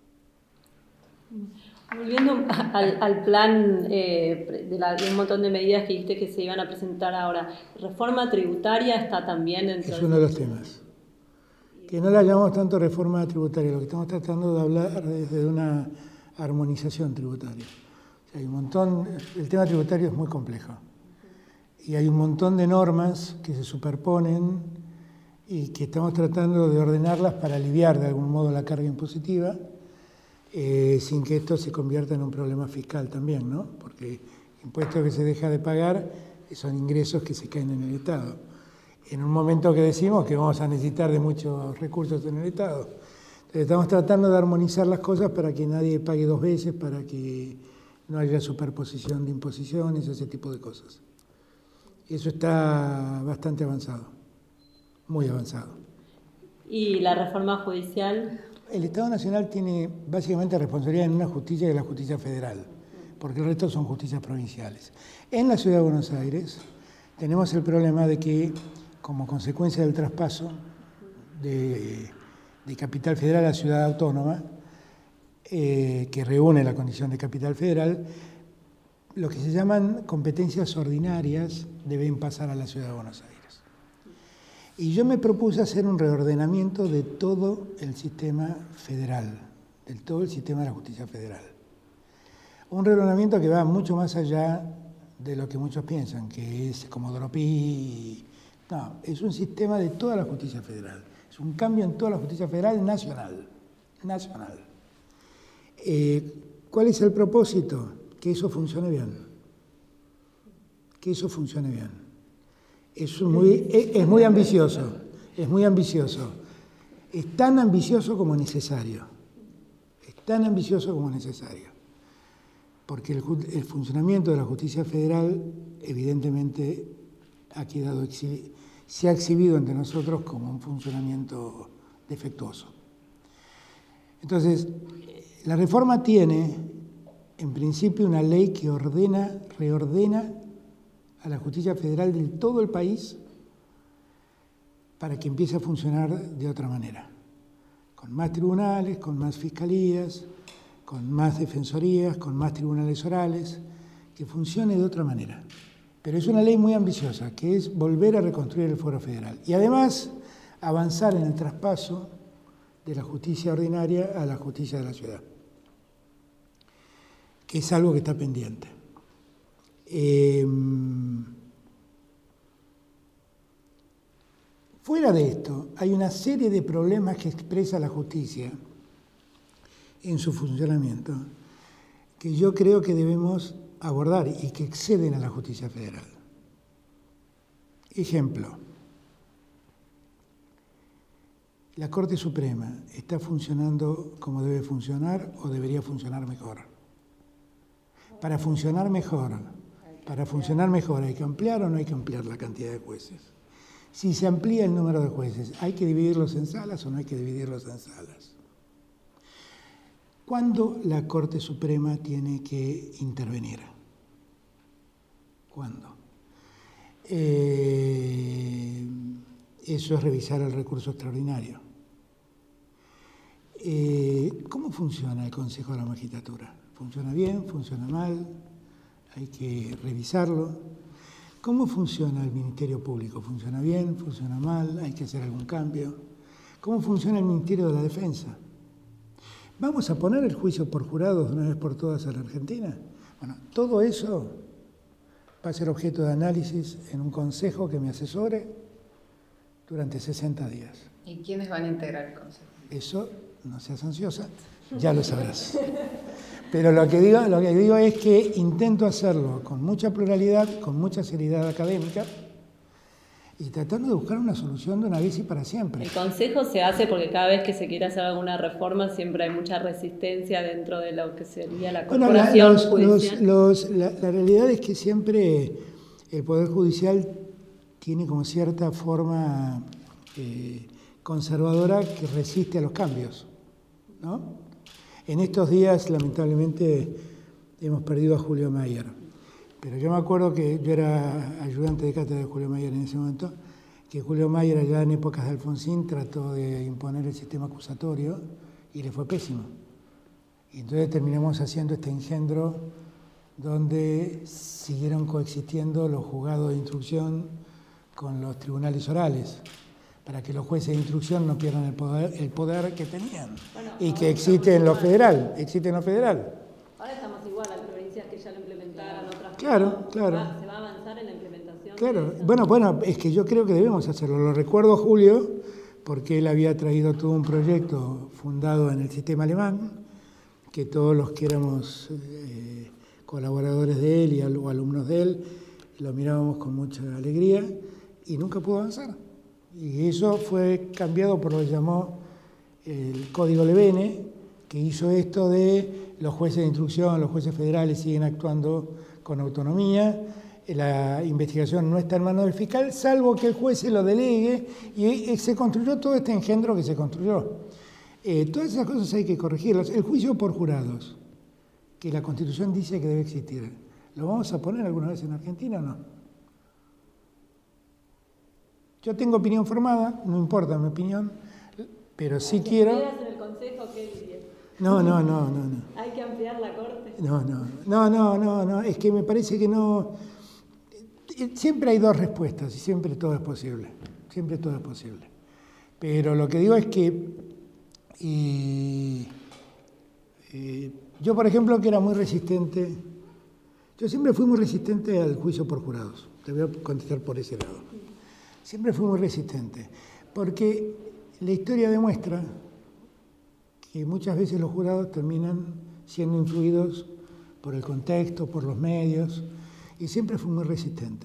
Volviendo al, al plan eh, de, la, de un montón de medidas que dijiste que se iban a presentar ahora, ¿reforma tributaria está también dentro? Es uno de los temas. Que no la llamamos tanto reforma tributaria, lo que estamos tratando de hablar es de una armonización tributaria. O sea, hay un montón, el tema tributario es muy complejo y hay un montón de normas que se superponen y que estamos tratando de ordenarlas para aliviar de algún modo la carga impositiva, eh, sin que esto se convierta en un problema fiscal también, ¿no? Porque impuestos que se deja de pagar son ingresos que se caen en el Estado. En un momento que decimos que vamos a necesitar de muchos recursos en el Estado. Entonces estamos tratando de armonizar las cosas para que nadie pague dos veces, para que no haya superposición de imposiciones, ese tipo de cosas. Eso está bastante avanzado, muy avanzado. ¿Y la reforma judicial? El Estado Nacional tiene básicamente responsabilidad en una justicia que es la justicia federal, porque el resto son justicias provinciales. En la Ciudad de Buenos Aires tenemos el problema de que, como consecuencia del traspaso de, de capital federal a ciudad autónoma, eh, que reúne la condición de capital federal, lo que se llaman competencias ordinarias deben pasar a la ciudad de Buenos Aires. Y yo me propuse hacer un reordenamiento de todo el sistema federal, de todo el sistema de la justicia federal. Un reordenamiento que va mucho más allá de lo que muchos piensan, que es Comodoro Pi. No, es un sistema de toda la justicia federal. Es un cambio en toda la justicia federal nacional. Nacional. Eh, ¿Cuál es el propósito? Que eso funcione bien. Que eso funcione bien. Es muy, es, es muy ambicioso. Es muy ambicioso. Es tan ambicioso como necesario. Es tan ambicioso como necesario. Porque el, el funcionamiento de la justicia federal, evidentemente, ha quedado exhibido, se ha exhibido entre nosotros como un funcionamiento defectuoso. Entonces, la reforma tiene, en principio, una ley que ordena, reordena a la justicia federal de todo el país para que empiece a funcionar de otra manera, con más tribunales, con más fiscalías, con más defensorías, con más tribunales orales, que funcione de otra manera. Pero es una ley muy ambiciosa, que es volver a reconstruir el fuero federal. Y además, avanzar en el traspaso de la justicia ordinaria a la justicia de la ciudad, que es algo que está pendiente. Eh, fuera de esto, hay una serie de problemas que expresa la justicia en su funcionamiento, que yo creo que debemos abordar y que exceden a la justicia federal. Ejemplo, la Corte Suprema está funcionando como debe funcionar o debería funcionar mejor. Para funcionar mejor, para funcionar mejor, ¿hay que ampliar o no hay que ampliar la cantidad de jueces? Si se amplía el número de jueces, ¿hay que dividirlos en salas o no hay que dividirlos en salas? ¿Cuándo la Corte Suprema tiene que intervenir? ¿Cuándo? Eh, eso es revisar el recurso extraordinario. Eh, ¿Cómo funciona el Consejo de la Magistratura? ¿Funciona bien? ¿Funciona mal? Hay que revisarlo. ¿Cómo funciona el Ministerio Público? ¿Funciona bien? ¿Funciona mal? ¿Hay que hacer algún cambio? ¿Cómo funciona el Ministerio de la Defensa? ¿Vamos a poner el juicio por jurados de una vez por todas a la Argentina? Bueno, todo eso va a ser objeto de análisis en un consejo que me asesore durante sesenta días. ¿Y quiénes van a integrar el consejo? Eso, no seas ansiosa, ya lo sabrás. Pero lo que digo, lo que digo es que intento hacerlo con mucha pluralidad, con mucha seriedad académica, y tratando de buscar una solución de una vez y para siempre. El consejo se hace porque cada vez que se quiere hacer alguna reforma siempre hay mucha resistencia dentro de lo que sería la corporación bueno, la, los, judicial. Los, los, la, la realidad es que siempre el Poder Judicial tiene como cierta forma eh, conservadora que resiste a los cambios, ¿no? En estos días, lamentablemente, hemos perdido a Julio Mayer. Pero yo me acuerdo que yo era ayudante de cátedra de Julio Mayer en ese momento, que Julio Mayer allá en épocas de Alfonsín trató de imponer el sistema acusatorio y le fue pésimo. Y entonces terminamos haciendo este engendro donde siguieron coexistiendo los juzgados de instrucción con los tribunales orales, para que los jueces de instrucción no pierdan el poder, el poder que tenían. Bueno, y que existe en lo federal, existe en lo federal. Ahora estamos igual, hay provincias que ya lo implementaron, otras que claro, no. Claro, Va, se va a avanzar en la implementación. Claro, bueno, bueno, es que yo creo que debemos hacerlo. Lo recuerdo a Julio, porque él había traído todo un proyecto fundado en el sistema alemán, que todos los que éramos eh, colaboradores de él y al, o alumnos de él, lo mirábamos con mucha alegría y nunca pudo avanzar. Y eso fue cambiado por lo que llamó el Código Levene, que hizo esto de los jueces de instrucción, los jueces federales siguen actuando con autonomía, la investigación no está en manos del fiscal, salvo que el juez se lo delegue, y se construyó todo este engendro que se construyó. Eh, todas esas cosas hay que corregirlas. El juicio por jurados, que la Constitución dice que debe existir, ¿lo vamos a poner alguna vez en Argentina o no? Yo tengo opinión formada, no importa mi opinión, Pero sí quiero... ¿En el consejo qué dirías? No, no, no, no, no. ¿Hay que ampliar la corte? No, no, no, no, no, no. Es que me parece que no... Siempre hay dos respuestas y siempre todo es posible. Siempre todo es posible. Pero lo que digo es que... Eh, eh, yo, por ejemplo, que era muy resistente... Yo siempre fui muy resistente al juicio por jurados. Te voy a contestar por ese lado. Siempre fui muy resistente. Porque la historia demuestra que muchas veces los jurados terminan siendo influidos por el contexto, por los medios, y siempre fui muy resistente.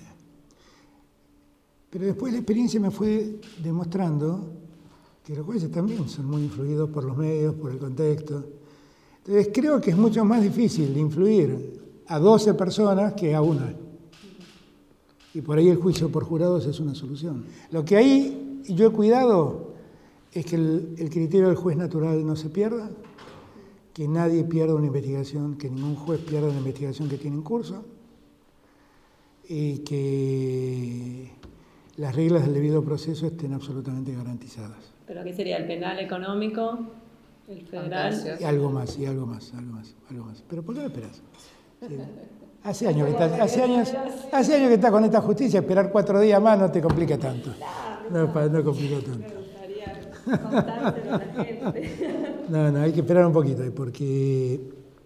Pero después la experiencia me fue demostrando que los jueces también son muy influidos por los medios, por el contexto. Entonces creo que es mucho más difícil influir a doce personas que a una. Y por ahí el juicio por jurados es una solución. Lo que ahí yo he cuidado es que el, el criterio del juez natural no se pierda, que nadie pierda una investigación, que ningún juez pierda una investigación que tiene en curso, y que las reglas del debido proceso estén absolutamente garantizadas. ¿Pero qué sería? ¿El penal económico? ¿El federal? Y algo más, y algo más, algo más, algo más. ¿Pero por qué no esperás? Sí. Hace años, que está, hace, años, hace años que está con esta justicia, esperar cuatro días más no te complica tanto. No, no complica tanto. Me gustaría contárselo a la gente. No, no, hay que esperar un poquito, porque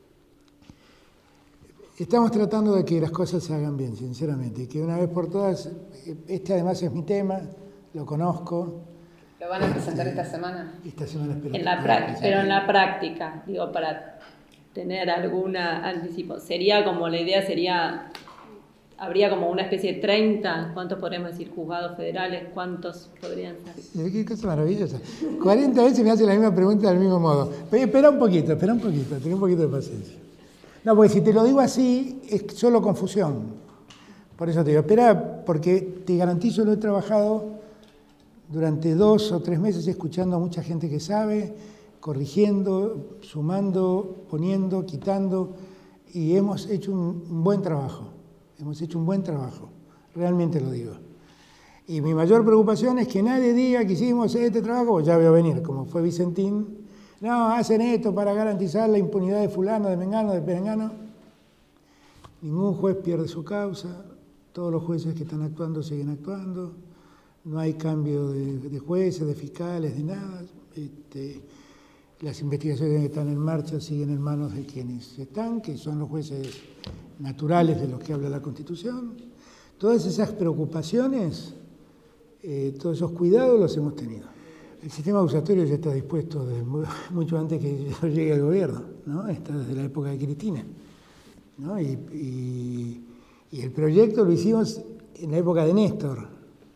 estamos tratando de que las cosas se hagan bien, sinceramente, y que una vez por todas, este además es mi tema, lo conozco. ¿Lo van a presentar esta semana? Esta semana espero. En la práctica, pero en la práctica, digo, para tener alguna anticipo. Sería como, la idea sería, habría como una especie de treinta, ¿cuántos podríamos decir? Juzgados federales, ¿cuántos podrían ser? Qué cosa maravillosa. cuarenta veces me hace la misma pregunta del mismo modo. Pero espera un poquito, espera un poquito, ten un poquito de paciencia. No, porque si te lo digo así, es solo confusión. Por eso te digo, espera, porque te garantizo, lo he trabajado durante dos o tres meses escuchando a mucha gente que sabe, corrigiendo, sumando, poniendo, quitando, y hemos hecho un buen trabajo, hemos hecho un buen trabajo, realmente lo digo. Y mi mayor preocupación es que nadie diga que hicimos este trabajo, ya veo venir, como fue Vicentín, no, hacen esto para garantizar la impunidad de fulano, de mengano, de perengano. Ningún juez pierde su causa, todos los jueces que están actuando siguen actuando, no hay cambio de, de jueces, de fiscales, de nada. Este, las investigaciones que están en marcha siguen en manos de quienes están, que son los jueces naturales de los que habla la Constitución. Todas esas preocupaciones, eh, todos esos cuidados los hemos tenido. El sistema acusatorio ya está dispuesto desde mucho antes que yo llegue al gobierno, ¿no? Está desde la época de Cristina, ¿no? Y, y, y el proyecto lo hicimos en la época de Néstor.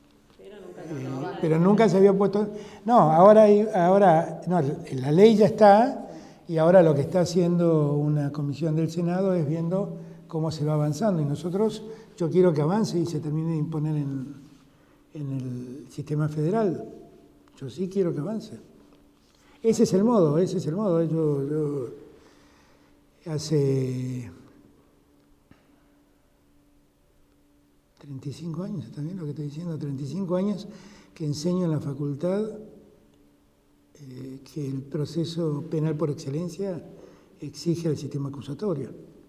Eh, pero nunca se había puesto... No, ahora, hay, ahora no, la ley ya está y ahora lo que está haciendo una comisión del Senado es viendo cómo se va avanzando. Y nosotros, yo quiero que avance y se termine de imponer en, en el sistema federal. Yo sí quiero que avance. Ese es el modo, ese es el modo. Yo, yo hace treinta y cinco años, ¿está bien lo que estoy diciendo? treinta y cinco años que enseño en la facultad eh, que el proceso penal por excelencia exige al sistema acusatorio.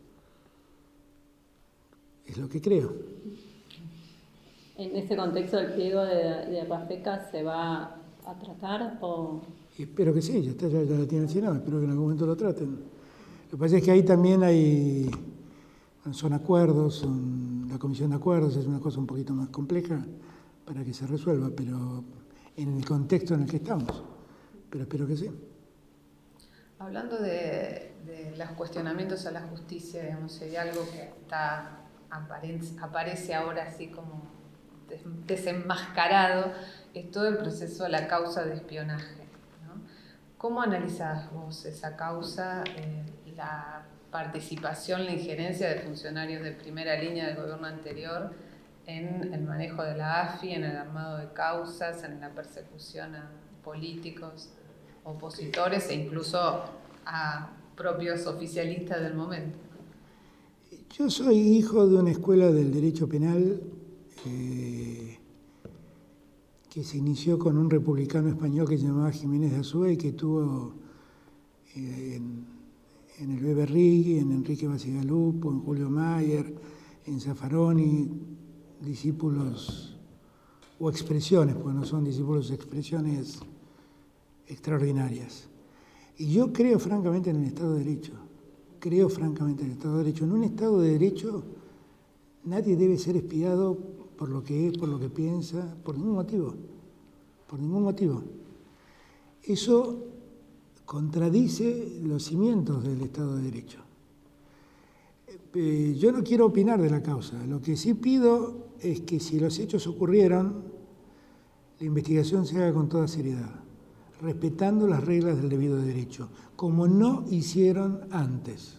Es lo que creo. ¿En ese contexto del pliego de, de Rafecas se va a tratar o...? Espero que sí, ya, está, ya, ya lo tiene el Senado, espero que en algún momento lo traten. Lo que pasa es que ahí también hay... Son acuerdos, son, la comisión de acuerdos es una cosa un poquito más compleja para que se resuelva, pero en el contexto en el que estamos. Pero espero que sí. Hablando de, de los cuestionamientos a la justicia, digamos, si hay algo que está, aparece, aparece ahora así como desenmascarado, es todo el proceso de la causa de espionaje, ¿no? ¿Cómo analizás vos esa causa, eh, la participación, la injerencia de funcionarios de primera línea del gobierno anterior en el manejo de la A F I, en el armado de causas, en la persecución a políticos, opositores e incluso a propios oficialistas del momento? Yo soy hijo de una escuela del derecho penal eh, que se inició con un republicano español que se llamaba Jiménez de Azúa y que tuvo eh, en, en el Bebe Rigui, en Enrique Bacigalupo, en Julio Mayer, en Zaffaroni, discípulos o expresiones, porque no son discípulos, expresiones extraordinarias. Y yo creo francamente en el Estado de Derecho, creo francamente en el Estado de Derecho. En un Estado de Derecho nadie debe ser espiado por lo que es, por lo que piensa, por ningún motivo, por ningún motivo. Eso contradice los cimientos del Estado de Derecho. Eh, yo no quiero opinar de la causa, lo que sí pido es que si los hechos ocurrieron, la investigación se haga con toda seriedad, respetando las reglas del debido derecho, como no hicieron antes,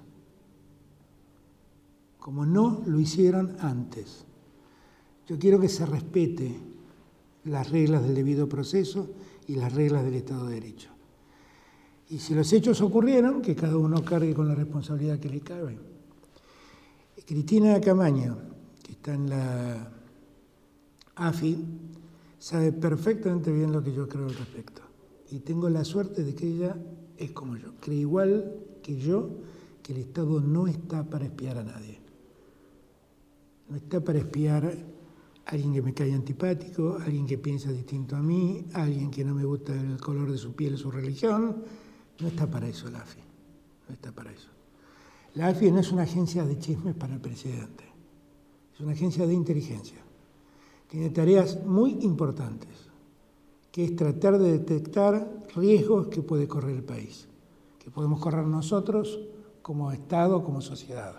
como no lo hicieron antes. Yo quiero que se respete las reglas del debido proceso y las reglas del Estado de Derecho. Y si los hechos ocurrieron, que cada uno cargue con la responsabilidad que le cabe. Cristina Camaño, que está en la A F I, sabe perfectamente bien lo que yo creo al respecto. Y tengo la suerte de que ella es como yo. Cree igual que yo que el Estado no está para espiar a nadie. No está para espiar a alguien que me cae antipático, a alguien que piensa distinto a mí, a alguien que no me gusta el color de su piel o su religión. No está para eso la A F I. No está para eso. La A F I no es una agencia de chismes para el presidente. Es una agencia de inteligencia. Tiene tareas muy importantes, que es tratar de detectar riesgos que puede correr el país, que podemos correr nosotros como Estado, como sociedad.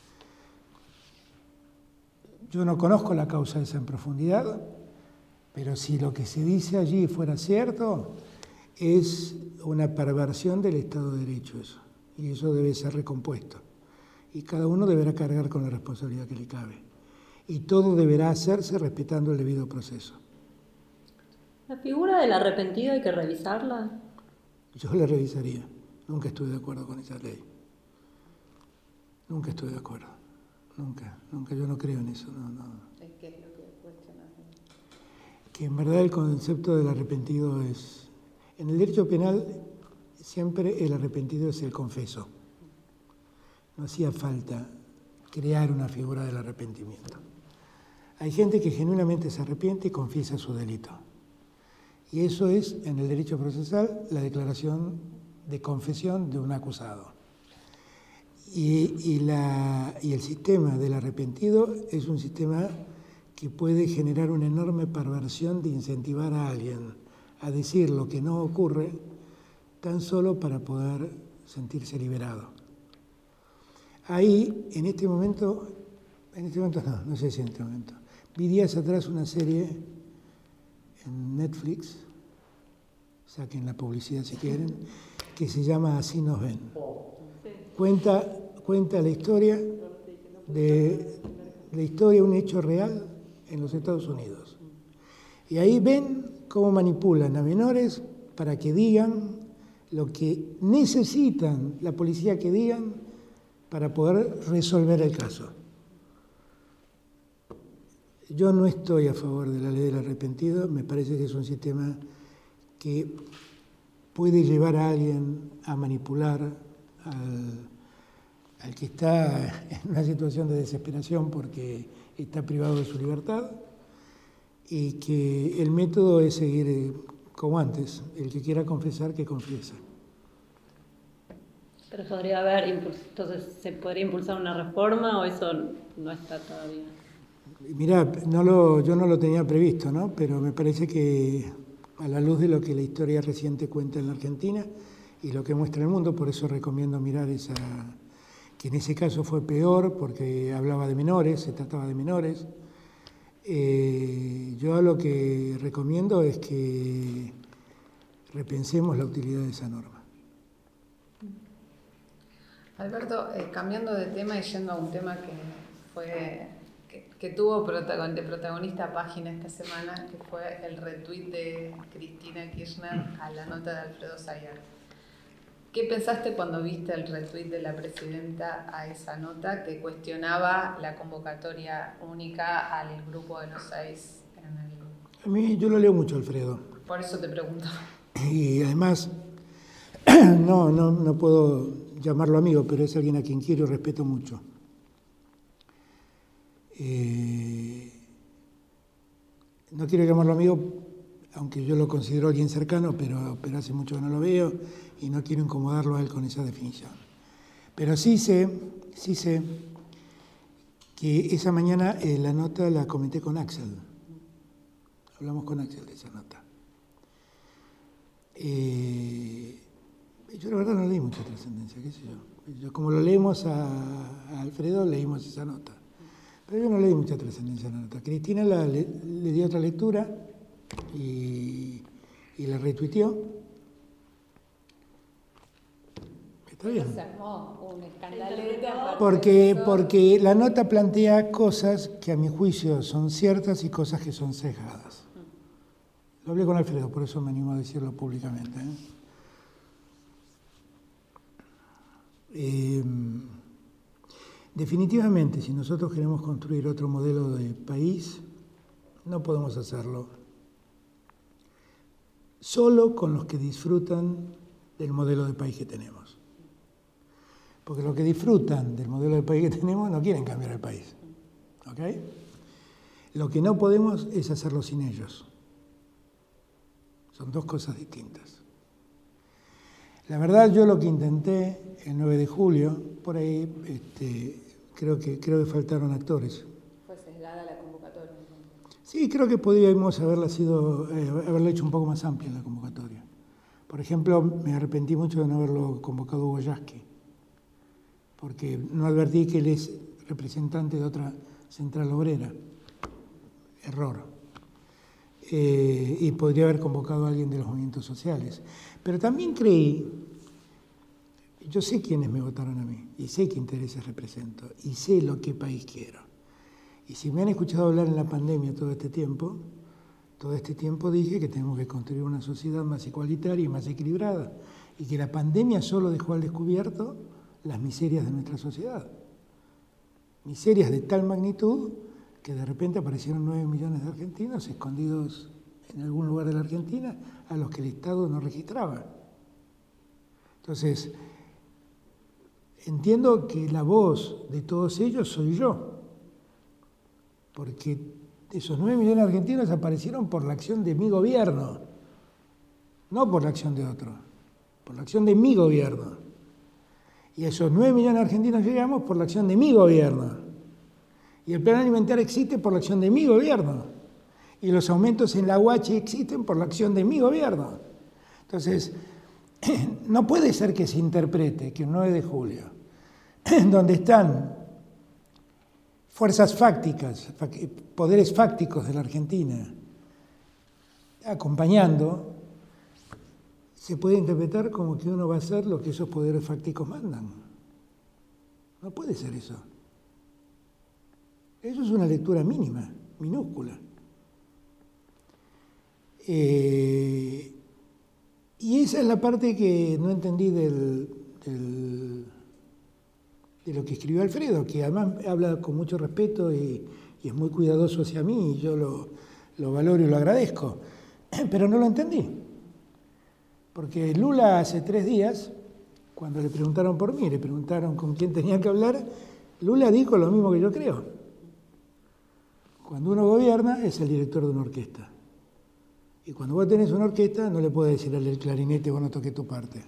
Yo no conozco la causa esa en profundidad, pero si lo que se dice allí fuera cierto, es una perversión del Estado de Derecho eso, y eso debe ser recompuesto. Y cada uno deberá cargar con la responsabilidad que le cabe. Y todo deberá hacerse respetando el debido proceso. ¿La figura del arrepentido hay que revisarla? Yo la revisaría. Nunca estuve de acuerdo con esa ley. Nunca estuve de acuerdo. Nunca, nunca. Yo no creo en eso. No, no. ¿Qué es lo que cuestionas? Que en verdad el concepto del arrepentido es... En el derecho penal siempre el arrepentido es el confeso. No hacía falta crear una figura del arrepentimiento. Hay gente que genuinamente se arrepiente y confiesa su delito. Y eso es, en el derecho procesal, la declaración de confesión de un acusado. Y, y, la, y el sistema del arrepentido es un sistema que puede generar una enorme perversión de incentivar a alguien a decir lo que no ocurre tan solo para poder sentirse liberado. Ahí, en este momento, en este momento no, no sé si en este momento, vi días atrás una serie en Netflix, saquen la publicidad si quieren, que se llama Así nos ven. Cuenta, cuenta la historia de la historia, un hecho real en los Estados Unidos. Y ahí ven cómo manipulan a menores para que digan lo que necesitan la policía que digan para poder resolver el caso. Yo no estoy a favor de la ley del arrepentido, me parece que es un sistema que puede llevar a alguien a manipular al, al que está en una situación de desesperación porque está privado de su libertad, y que el método es seguir como antes, el que quiera confesar, que confiese. Pero podría haber, entonces, ¿se podría impulsar una reforma o eso no está todavía? Mirá, no lo, yo no lo tenía previsto, ¿no? Pero me parece que a la luz de lo que la historia reciente cuenta en la Argentina y lo que muestra el mundo, por eso recomiendo mirar esa, que en ese caso fue peor porque hablaba de menores, se trataba de menores. Eh, yo lo que recomiendo es que repensemos la utilidad de esa norma. Alberto, eh, cambiando de tema y yendo a un tema que fue que, que tuvo protagon, de protagonista página esta semana, que fue el retweet de Cristina Kirchner a la nota de Alfredo Zayar. ¿Qué pensaste cuando viste el retweet de la presidenta a esa nota que cuestionaba la convocatoria única al grupo de los seis en el A mí, yo lo leo mucho, Alfredo. Por eso te pregunto. Y además, no, no, no puedo llamarlo amigo, pero es alguien a quien quiero y respeto mucho. Eh, no quiero llamarlo amigo, aunque yo lo considero alguien cercano, pero, pero hace mucho que no lo veo y no quiero incomodarlo a él con esa definición. Pero sí sé, sí sé que esa mañana eh, la nota la comenté con Axel. Hablamos con Axel de esa nota. Eh, yo la verdad no leí mucha trascendencia, qué sé yo. Yo como lo leemos a, a Alfredo, leímos esa nota. Pero yo no leí mucha trascendencia en la nota. Cristina la, le, le dio otra lectura y, y la retuiteó. Está bien. Se armó un escandalete. Porque, porque la nota plantea cosas que a mi juicio son ciertas y cosas que son sesgadas. Lo hablé con Alfredo, por eso me animo a decirlo públicamente. ¿eh? Eh, definitivamente, si nosotros queremos construir otro modelo de país, no podemos hacerlo solo con los que disfrutan del modelo de país que tenemos. Porque los que disfrutan del modelo de país que tenemos no quieren cambiar el país. ¿Ok? Lo que no podemos es hacerlo sin ellos. Son dos cosas distintas. La verdad, yo lo que intenté el nueve de julio, por ahí este, creo que, creo que faltaron actores. Fue sesgada la convocatoria. Sí, creo que podríamos haberla sido, eh, haberla hecho un poco más amplia la convocatoria. Por ejemplo, me arrepentí mucho de no haberlo convocado Hugo Yasky, porque no advertí que él es representante de otra central obrera. Error. Eh, y podría haber convocado a alguien de los movimientos sociales. Pero también creí, yo sé quiénes me votaron a mí, y sé qué intereses represento, y sé lo que país quiero. Y si me han escuchado hablar en la pandemia todo este tiempo, todo este tiempo dije que tenemos que construir una sociedad más igualitaria y más equilibrada, y que la pandemia solo dejó al descubierto las miserias de nuestra sociedad. Miserias de tal magnitud que de repente aparecieron nueve millones de argentinos escondidos en algún lugar de la Argentina a los que el Estado no registraba. Entonces, entiendo que la voz de todos ellos soy yo, porque esos nueve millones de argentinos aparecieron por la acción de mi gobierno, no por la acción de otro, por la acción de mi gobierno. Y a esos nueve millones de argentinos llegamos por la acción de mi gobierno. Y el plan alimentario existe por la acción de mi gobierno. Y los aumentos en la U H existen por la acción de mi gobierno. Entonces, no puede ser que se interprete que un nueve de julio, donde están fuerzas fácticas, poderes fácticos de la Argentina, acompañando, se puede interpretar como que uno va a hacer lo que esos poderes fácticos mandan. No puede ser eso. Eso es una lectura mínima, minúscula. Eh, y esa es la parte que no entendí del, del, de lo que escribió Alfredo, que además habla con mucho respeto y, y es muy cuidadoso hacia mí, y yo lo, lo valoro y lo agradezco, pero no lo entendí. Porque Lula hace tres días, cuando le preguntaron por mí, le preguntaron con quién tenía que hablar, Lula dijo lo mismo que yo creo. Cuando uno gobierna es el director de una orquesta. Y cuando vos tenés una orquesta no le puedes decir al del clarinete vos no toques tu parte.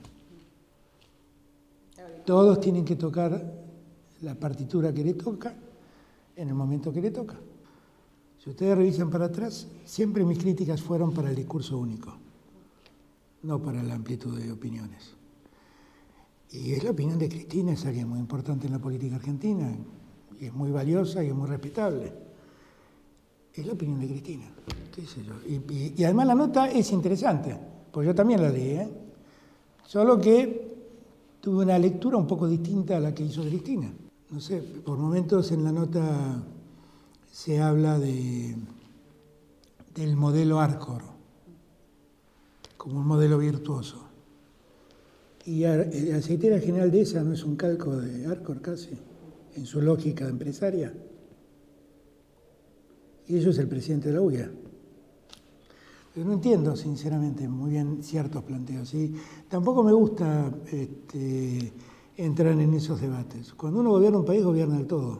Todos tienen que tocar la partitura que le toca en el momento que le toca. Si ustedes revisan para atrás, siempre mis críticas fueron para el discurso único, no para la amplitud de opiniones. Y es la opinión de Cristina, es alguien muy importante en la política argentina, y es muy valiosa y es muy respetable. Es la opinión de Cristina, qué sé yo. Y, y, y además la nota es interesante, porque yo también la leí, ¿eh? Solo que tuve una lectura un poco distinta a la que hizo Cristina. No sé, por momentos en la nota se habla de, del modelo Arcor, como un modelo virtuoso. Y la aceitera general de esa no es un calco de Arcor casi, en su lógica empresaria. Y eso es el presidente de la U I A. Yo no entiendo, sinceramente, muy bien ciertos planteos. ¿Sí? Tampoco me gusta este, entrar en esos debates. Cuando uno gobierna un país, gobierna el todo.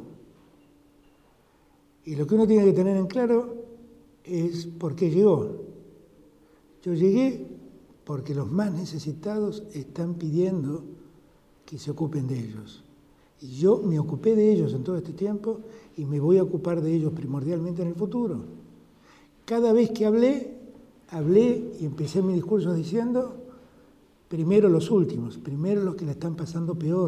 Y lo que uno tiene que tener en claro es por qué llegó. Yo llegué porque los más necesitados están pidiendo que se ocupen de ellos. Y yo me ocupé de ellos en todo este tiempo y me voy a ocupar de ellos primordialmente en el futuro. Cada vez que hablé, hablé y empecé mi discurso diciendo, primero los últimos, primero los que la están pasando peor.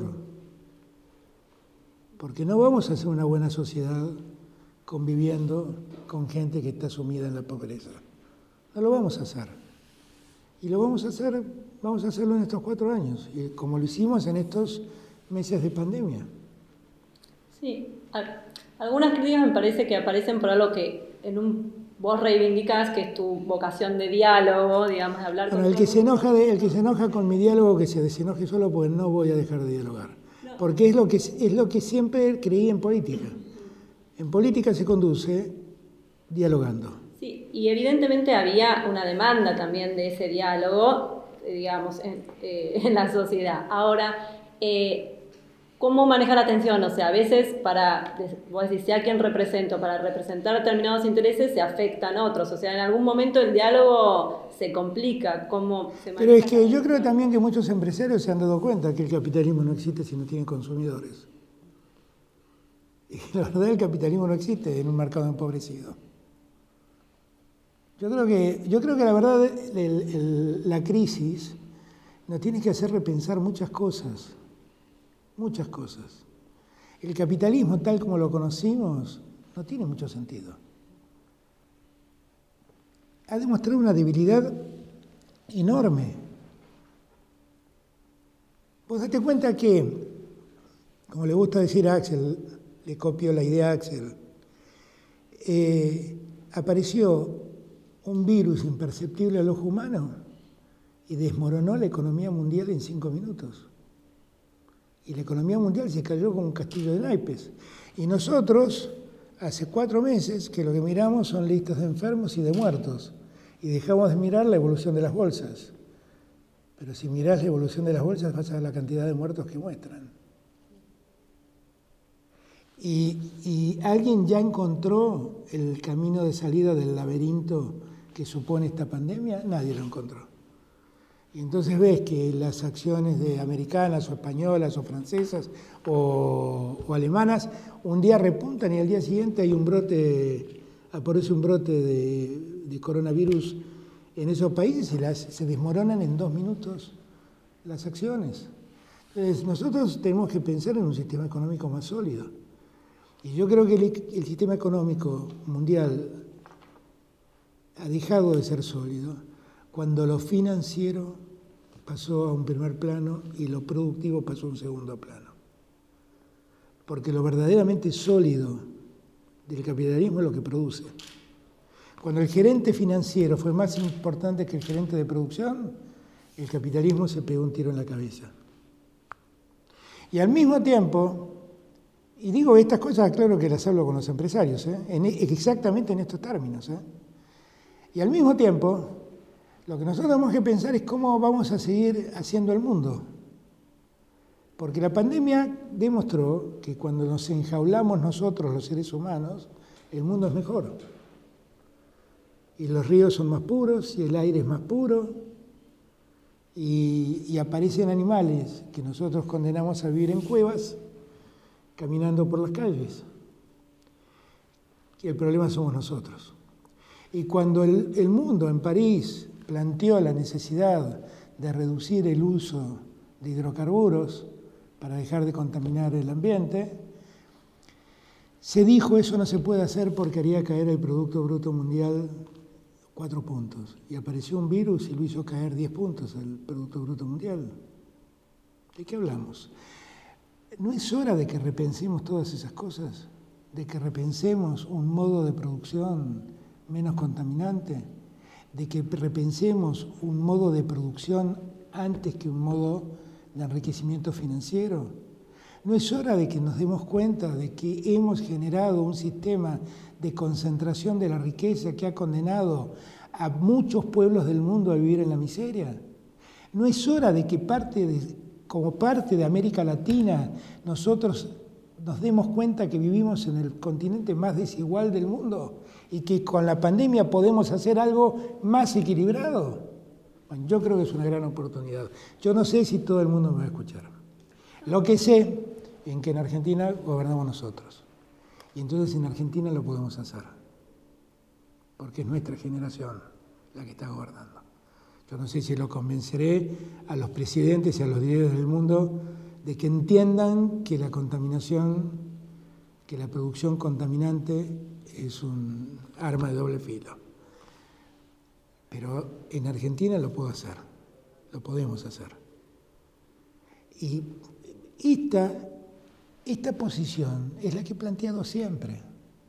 Porque no vamos a hacer una buena sociedad conviviendo con gente que está sumida en la pobreza. No lo vamos a hacer. Y lo vamos a hacer, vamos a hacerlo en estos cuatro años, y como lo hicimos en estos meses de pandemia. Sí, algunas críticas me parece que aparecen por algo que en un, vos reivindicás, que es tu vocación de diálogo, digamos, de hablar bueno, con el que se enoja de, el que se enoja con mi diálogo, que se desenoje solo, porque no voy a dejar de dialogar. No. Porque es lo que es lo que siempre creí en política. En política se conduce dialogando. Sí, y evidentemente había una demanda también de ese diálogo, digamos, en, eh, en la sociedad. Ahora, eh, ¿cómo manejar la atención? O sea, a veces para, vos decís, si a quien represento, para representar determinados intereses se afectan otros. O sea, en algún momento el diálogo se complica. ¿Cómo se maneja? Pero es que yo creo también que muchos empresarios se han dado cuenta que el capitalismo no existe si no tienen consumidores. Y la verdad, el capitalismo no existe en un mercado empobrecido. Yo creo que, yo creo que la verdad, el, el, la crisis nos tiene que hacer repensar muchas cosas, muchas cosas. El capitalismo tal como lo conocimos no tiene mucho sentido. Ha demostrado una debilidad enorme. Vos date cuenta que, como le gusta decir a Axel, le copio la idea a Axel, eh, apareció un virus imperceptible al ojo humano y desmoronó la economía mundial en cinco minutos. Y la economía mundial se cayó como un castillo de naipes. Y nosotros, hace cuatro meses, que lo que miramos son listas de enfermos y de muertos. Y dejamos de mirar la evolución de las bolsas. Pero si mirás la evolución de las bolsas, vas a ver la cantidad de muertos que muestran. Y, y alguien ya encontró el camino de salida del laberinto que supone esta pandemia. Nadie lo encontró. Y entonces ves que las acciones de americanas o españolas o francesas o, o alemanas un día repuntan y al día siguiente hay un brote, aparece un brote de, de coronavirus en esos países y las, se desmoronan en dos minutos las acciones. Entonces nosotros tenemos que pensar en un sistema económico más sólido. Y yo creo que el, el sistema económico mundial ha dejado de ser sólido cuando lo financiero pasó a un primer plano y lo productivo pasó a un segundo plano. Porque lo verdaderamente sólido del capitalismo es lo que produce. Cuando el gerente financiero fue más importante que el gerente de producción, el capitalismo se pegó un tiro en la cabeza. Y al mismo tiempo, y digo estas cosas, claro que las hablo con los empresarios, ¿eh? en, exactamente en estos términos, ¿eh? Y al mismo tiempo, lo que nosotros tenemos que pensar es cómo vamos a seguir haciendo el mundo. Porque la pandemia demostró que cuando nos enjaulamos nosotros, los seres humanos, el mundo es mejor. Y los ríos son más puros, y el aire es más puro, y, y aparecen animales que nosotros condenamos a vivir en cuevas, caminando por las calles. Y el problema somos nosotros. Y cuando el, el mundo en París planteó la necesidad de reducir el uso de hidrocarburos para dejar de contaminar el ambiente, se dijo eso no se puede hacer porque haría caer el Producto Bruto Mundial cuatro puntos. Y apareció un virus y lo hizo caer diez puntos el Producto Bruto Mundial. ¿De qué hablamos? ¿No es hora de que repensemos todas esas cosas? ¿De que repensemos un modo de producción menos contaminante? ¿De que repensemos un modo de producción antes que un modo de enriquecimiento financiero? ¿No es hora de que nos demos cuenta de que hemos generado un sistema de concentración de la riqueza que ha condenado a muchos pueblos del mundo a vivir en la miseria? ¿No es hora de que parte de, como parte de América Latina nosotros nos demos cuenta que vivimos en el continente más desigual del mundo y que con la pandemia podemos hacer algo más equilibrado? Bueno, yo creo que es una gran oportunidad. Yo no sé si todo el mundo me va a escuchar. Lo que sé es que en Argentina gobernamos nosotros. Y entonces en Argentina lo podemos hacer. Porque es nuestra generación la que está gobernando. Yo no sé si lo convenceré a los presidentes y a los líderes del mundo de que entiendan que la contaminación, que la producción contaminante es un arma de doble filo. Pero en Argentina lo puedo hacer, lo podemos hacer. Y esta, esta posición es la que he planteado siempre.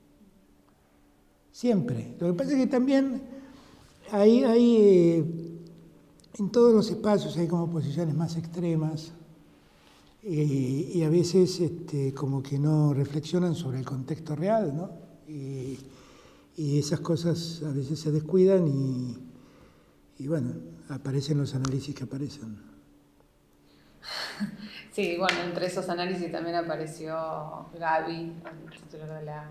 Siempre. Lo que pasa es que también hay, hay eh, en todos los espacios hay como posiciones más extremas eh, y a veces este, como que no reflexionan sobre el contexto real, ¿no? Y, y esas cosas a veces se descuidan y, y bueno, aparecen los análisis que aparecen. Sí, bueno, entre esos análisis también apareció Gaby, el titular de la,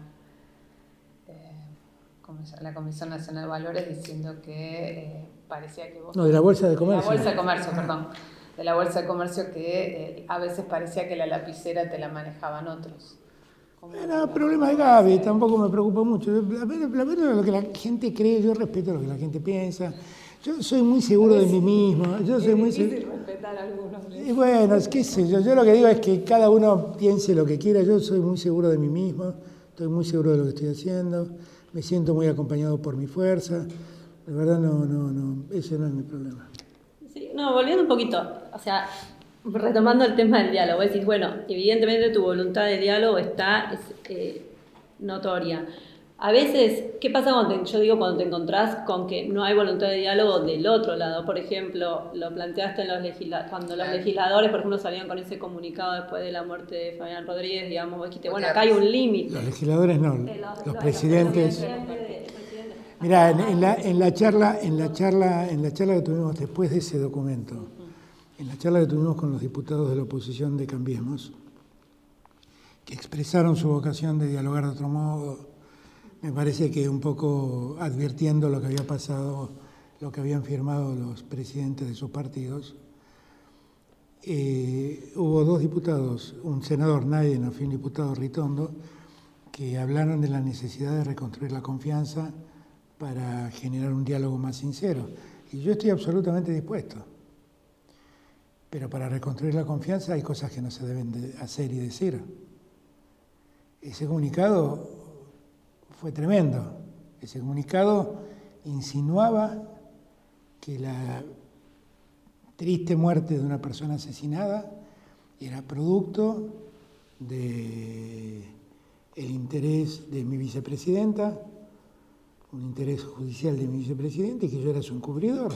eh, la Comisión Nacional de Valores, diciendo que eh, parecía que vos... No, de la Bolsa de Comercio. De la Bolsa de Comercio, perdón. De la Bolsa de Comercio que eh, a veces parecía que la lapicera te la manejaban otros. Era problema de Gaby, tampoco me preocupa mucho. La verdad, lo que la gente cree, yo respeto lo que la gente piensa. Yo soy muy seguro de mí mismo. Yo soy es muy difícil seguro. respetar a algunos. Y bueno, es qué sé yo. Yo lo que digo es que cada uno piense lo que quiera. Yo soy muy seguro de mí mismo. Estoy muy seguro de lo que estoy haciendo. Me siento muy acompañado por mi fuerza. De verdad, no, no, no. Ese no es mi problema. Sí, no, volviendo un poquito. O sea, retomando el tema del diálogo. Es decir, bueno, evidentemente tu voluntad de diálogo está es, eh, notoria. A veces, ¿qué pasa cuando te, yo digo cuando te encontrás con que no hay voluntad de diálogo del otro lado? Por ejemplo, lo planteaste en los legisla- cuando los legisladores, por ejemplo, salían con ese comunicado después de la muerte de Fabián Rodríguez, digamos, vos dijiste, bueno, acá hay un límite. Los legisladores no, Eh, los, los, los presidentes. presidentes Mirá, en, en, la, en la charla, en la charla, en la charla que tuvimos después de ese documento, uh-huh. en la charla que tuvimos con los diputados de la oposición de Cambiemos, que expresaron su vocación de dialogar de otro modo. Me parece que un poco advirtiendo lo que había pasado, lo que habían firmado los presidentes de sus partidos, eh, hubo dos diputados, un senador Naiden, no fue un diputado Ritondo, que hablaron de la necesidad de reconstruir la confianza para generar un diálogo más sincero. Y yo estoy absolutamente dispuesto. Pero para reconstruir la confianza hay cosas que no se deben de hacer y decir. Ese comunicado fue tremendo. Ese comunicado insinuaba que la triste muerte de una persona asesinada era producto del interés de mi vicepresidenta, un interés judicial de mi vicepresidente, y que yo era su encubridor.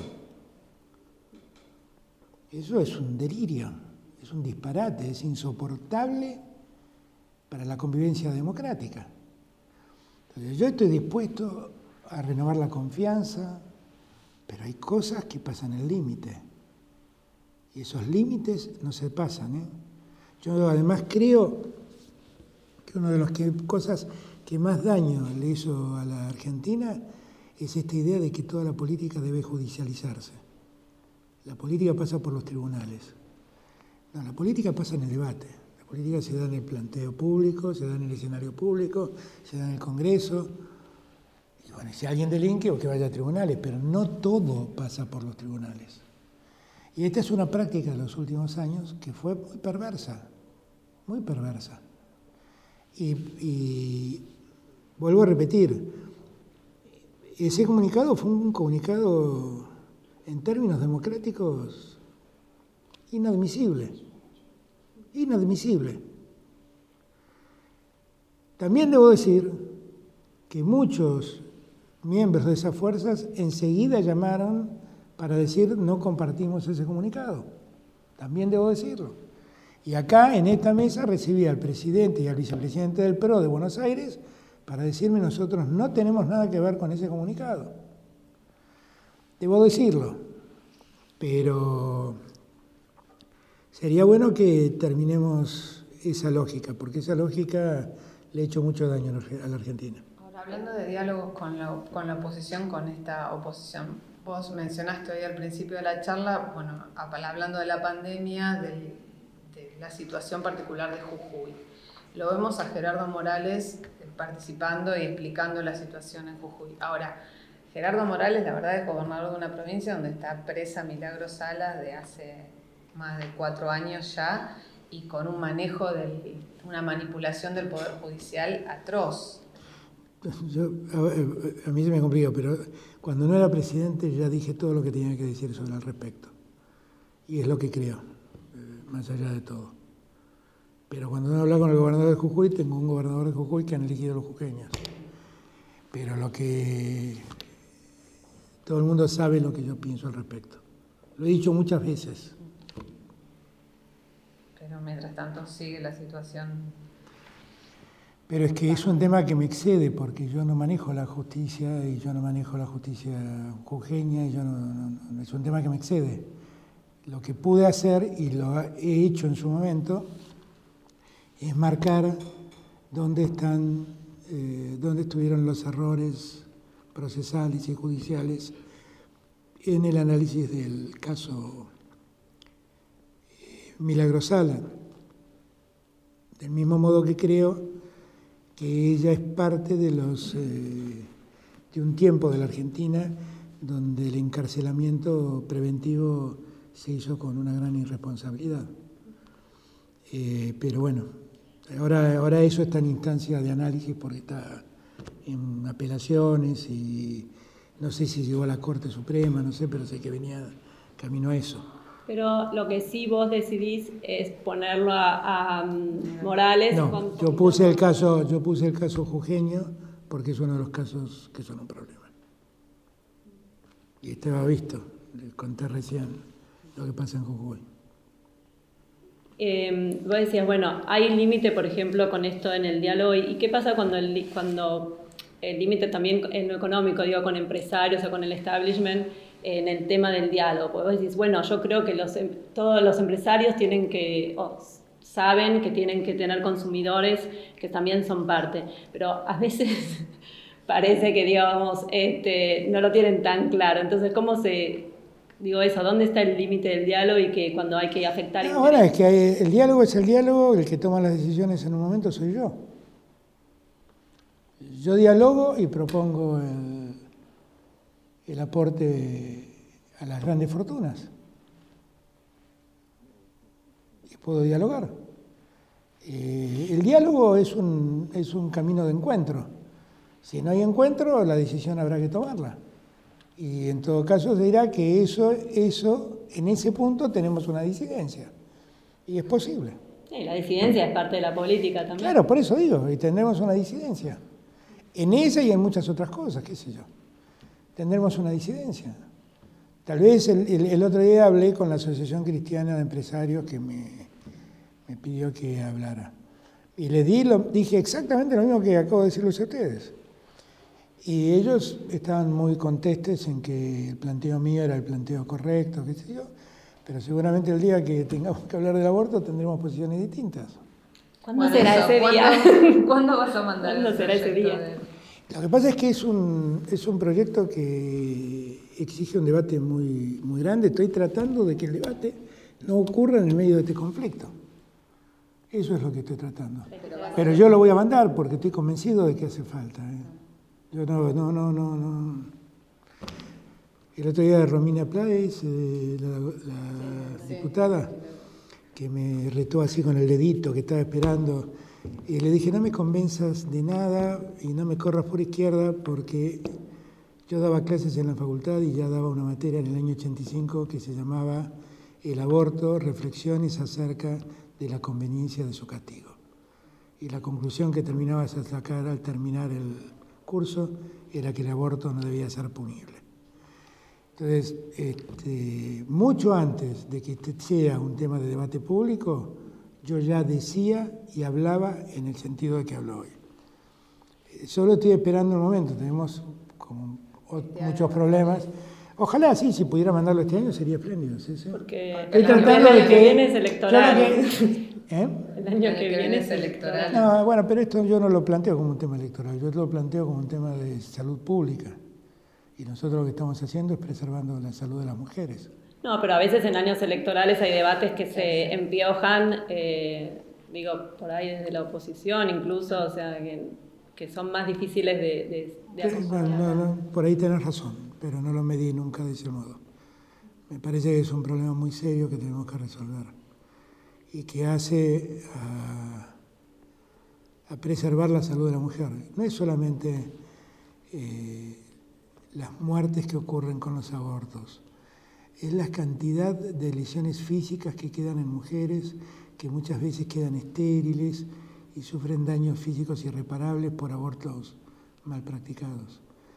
Eso es un delirio, es un disparate, es insoportable para la convivencia democrática. Entonces, yo estoy dispuesto a renovar la confianza, pero hay cosas que pasan el límite. Y esos límites no se pasan, ¿eh? Yo además creo que una de las que, cosas que más daño le hizo a la Argentina es esta idea de que toda la política debe judicializarse. La política pasa por los tribunales. No, la política pasa en el debate. La política se da en el planteo público, se da en el escenario público, se da en el Congreso. Y bueno, si alguien delinque, o que vaya a tribunales, pero no todo pasa por los tribunales. Y esta es una práctica de los últimos años que fue muy perversa, muy perversa. Y, y vuelvo a repetir, ese comunicado fue un comunicado en términos democráticos inadmisible, inadmisible. También debo decir que muchos miembros de esas fuerzas enseguida llamaron para decir no compartimos ese comunicado. También debo decirlo. Y acá, en esta mesa, recibí al presidente y al vicepresidente del P R O de Buenos Aires para decirme nosotros no tenemos nada que ver con ese comunicado. debo decirlo, pero sería bueno que terminemos esa lógica, porque esa lógica le ha hecho mucho daño a la Argentina. Ahora, hablando de diálogos con la, con la oposición, con esta oposición, vos mencionaste hoy al principio de la charla, bueno, hablando de la pandemia, de, de la situación particular de Jujuy. Lo vemos a Gerardo Morales participando y explicando la situación en Jujuy. Ahora, Gerardo Morales, la verdad, es gobernador de una provincia donde está presa Milagros Salas de hace más de cuatro años ya, y con un manejo, de una manipulación del Poder Judicial atroz. Yo, a, a mí se me complica, pero cuando no era presidente ya dije todo lo que tenía que decir sobre el respecto. Y es lo que creo, eh, más allá de todo. Pero cuando no habla con el gobernador de Jujuy, tengo un gobernador de Jujuy que han elegido los jujeños. Pero lo que... todo el mundo sabe lo que yo pienso al respecto. Lo he dicho muchas veces. Pero mientras tanto sigue la situación... Pero es que es un tema que me excede, porque yo no manejo la justicia, y yo no manejo la justicia jujeña, y yo no, no, no, es un tema que me excede. Lo que pude hacer, y lo he hecho en su momento, es marcar dónde están, eh, dónde estuvieron los errores procesales y judiciales en el análisis del caso eh, Milagros Salas. Del mismo modo que creo que ella es parte de los eh, de un tiempo de la Argentina donde el encarcelamiento preventivo se hizo con una gran irresponsabilidad. Eh, pero bueno, ahora, ahora eso está en instancia de análisis porque está en apelaciones y no sé si llegó a la Corte Suprema, no sé, pero sé que venía camino a eso. Pero lo que sí vos decidís es ponerlo a, a Morales. No, yo puse el caso, yo puse el caso jujeño porque es uno de los casos que son un problema. Y estaba visto, les conté recién lo que pasa en Jujuy. Eh, vos decías, bueno, hay límite, por ejemplo, con esto en el diálogo. ¿Y qué pasa cuando el cuando el límite también en lo económico, digo, con empresarios o con el establishment, en el tema del diálogo? Porque vos decís, bueno, yo creo que los, todos los empresarios tienen que, o saben que tienen que tener consumidores que también son parte, pero a veces parece que, digamos, este, no lo tienen tan claro. Entonces, ¿cómo se... Digo eso, ¿dónde está el límite del diálogo y que cuando hay que afectar... No, ahora es que hay, el diálogo es el diálogo, el que toma las decisiones en un momento soy yo. Yo dialogo y propongo el, el aporte a las grandes fortunas. Y puedo dialogar. Eh, el diálogo es un, es un camino de encuentro. Si no hay encuentro, la decisión habrá que tomarla. Y en todo caso se dirá que eso, eso, en ese punto tenemos una disidencia. Y es posible. Sí, la disidencia es parte de la política también. Claro, por eso digo, y tendremos una disidencia. En esa y en muchas otras cosas, qué sé yo. Tendremos una disidencia. Tal vez el, el, el otro día hablé con la Asociación Cristiana de Empresarios que me, me pidió que hablara. Y le di lo, dije exactamente lo mismo que acabo de decirles a ustedes. Y ellos estaban muy contestes en que el planteo mío era el planteo correcto, qué sé yo, pero seguramente el día que tengamos que hablar del aborto tendremos posiciones distintas. ¿Cuándo bueno, será eso, ese día? ¿Cuándo, ¿Cuándo vas a mandar ¿Cuándo será ese día? De... Lo que pasa es que es un, es un proyecto que exige un debate muy, muy grande. Estoy tratando de que el debate no ocurra en el medio de este conflicto. Eso es lo que estoy tratando. Pero yo lo voy a mandar porque estoy convencido de que hace falta, ¿eh? Yo no, no, no, no, no. El otro día Romina Pláez, eh, la, la sí, diputada, sí, sí. que me retó así con el dedito, que estaba esperando, y le dije, no me convenzas de nada y no me corras por izquierda, porque yo daba clases en la facultad y ya daba una materia en el año ochenta y cinco que se llamaba El aborto, reflexiones acerca de la conveniencia de su castigo. Y la conclusión que terminabas a sacar al terminar el curso era que el aborto no debía ser punible. Entonces, este, mucho antes de que este sea un tema de debate público, yo ya decía y hablaba en el sentido de que hablo hoy. Solo estoy esperando un momento, tenemos como muchos problemas. Ojalá, sí, si pudiera mandarlo este año sería espléndido. Sí, sí. Porque Estoy el año tratando que de que- viene es electoral. que- ¿Eh? El año que viene es electoral. No, bueno, pero esto yo no lo planteo como un tema electoral, yo lo planteo como un tema de salud pública. Y nosotros lo que estamos haciendo es preservando la salud de las mujeres. No, pero a veces en años electorales hay debates que se empiojan, eh, digo, por ahí desde la oposición incluso, o sea, que, que son más difíciles de, de, de Sí, bueno, no, no, por ahí tenés razón, pero no lo medí nunca de ese modo. Me parece que es un problema muy serio que tenemos que resolver y que hace a, a preservar la salud de la mujer. No es solamente eh, las muertes que ocurren con los abortos, es la cantidad de lesiones físicas que quedan en mujeres que muchas veces quedan estériles y sufren daños físicos irreparables por abortos mal practicados.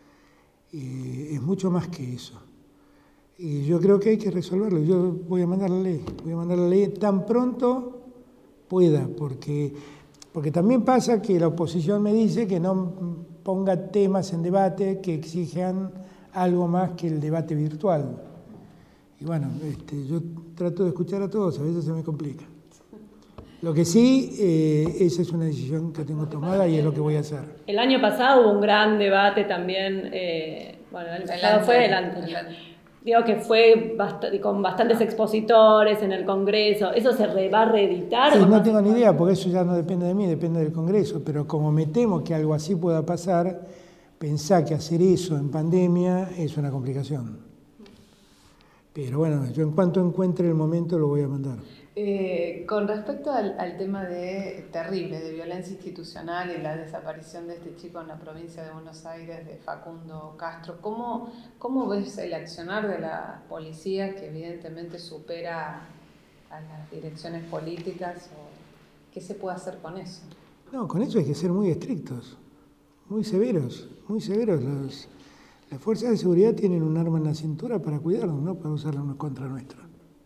Eh, es mucho más que eso. Y yo creo que hay que resolverlo. Yo voy a mandar la ley, voy a mandar la ley tan pronto pueda, porque, porque también pasa que la oposición me dice que no ponga temas en debate que exijan algo más que el debate virtual. Y bueno, este, yo trato de escuchar a todos, a veces se me complica. Lo que sí, eh, esa es una decisión que tengo tomada y es lo que voy a hacer. El año pasado hubo un gran debate también, eh, bueno, el año pasado El fue el anterior. anterior. Digo que fue bast- con bastantes expositores en el Congreso. ¿Eso se re- va a reeditar? Sí, o no no? tengo ni idea, porque eso ya no depende de mí, depende del Congreso, pero como me temo que algo así pueda pasar, pensá que hacer eso en pandemia es una complicación. Pero bueno, yo en cuanto encuentre el momento lo voy a mandar. Eh, con respecto al, al tema de terrible de violencia institucional y la desaparición de este chico en la provincia de Buenos Aires, de Facundo Castro, ¿cómo, cómo ves el accionar de la policía que evidentemente supera a las direcciones políticas? O ¿qué se puede hacer con eso? No, con eso hay que ser muy estrictos, muy severos, muy severos. Los, las fuerzas de seguridad tienen un arma en la cintura para cuidarnos, no para usarla contra nuestra.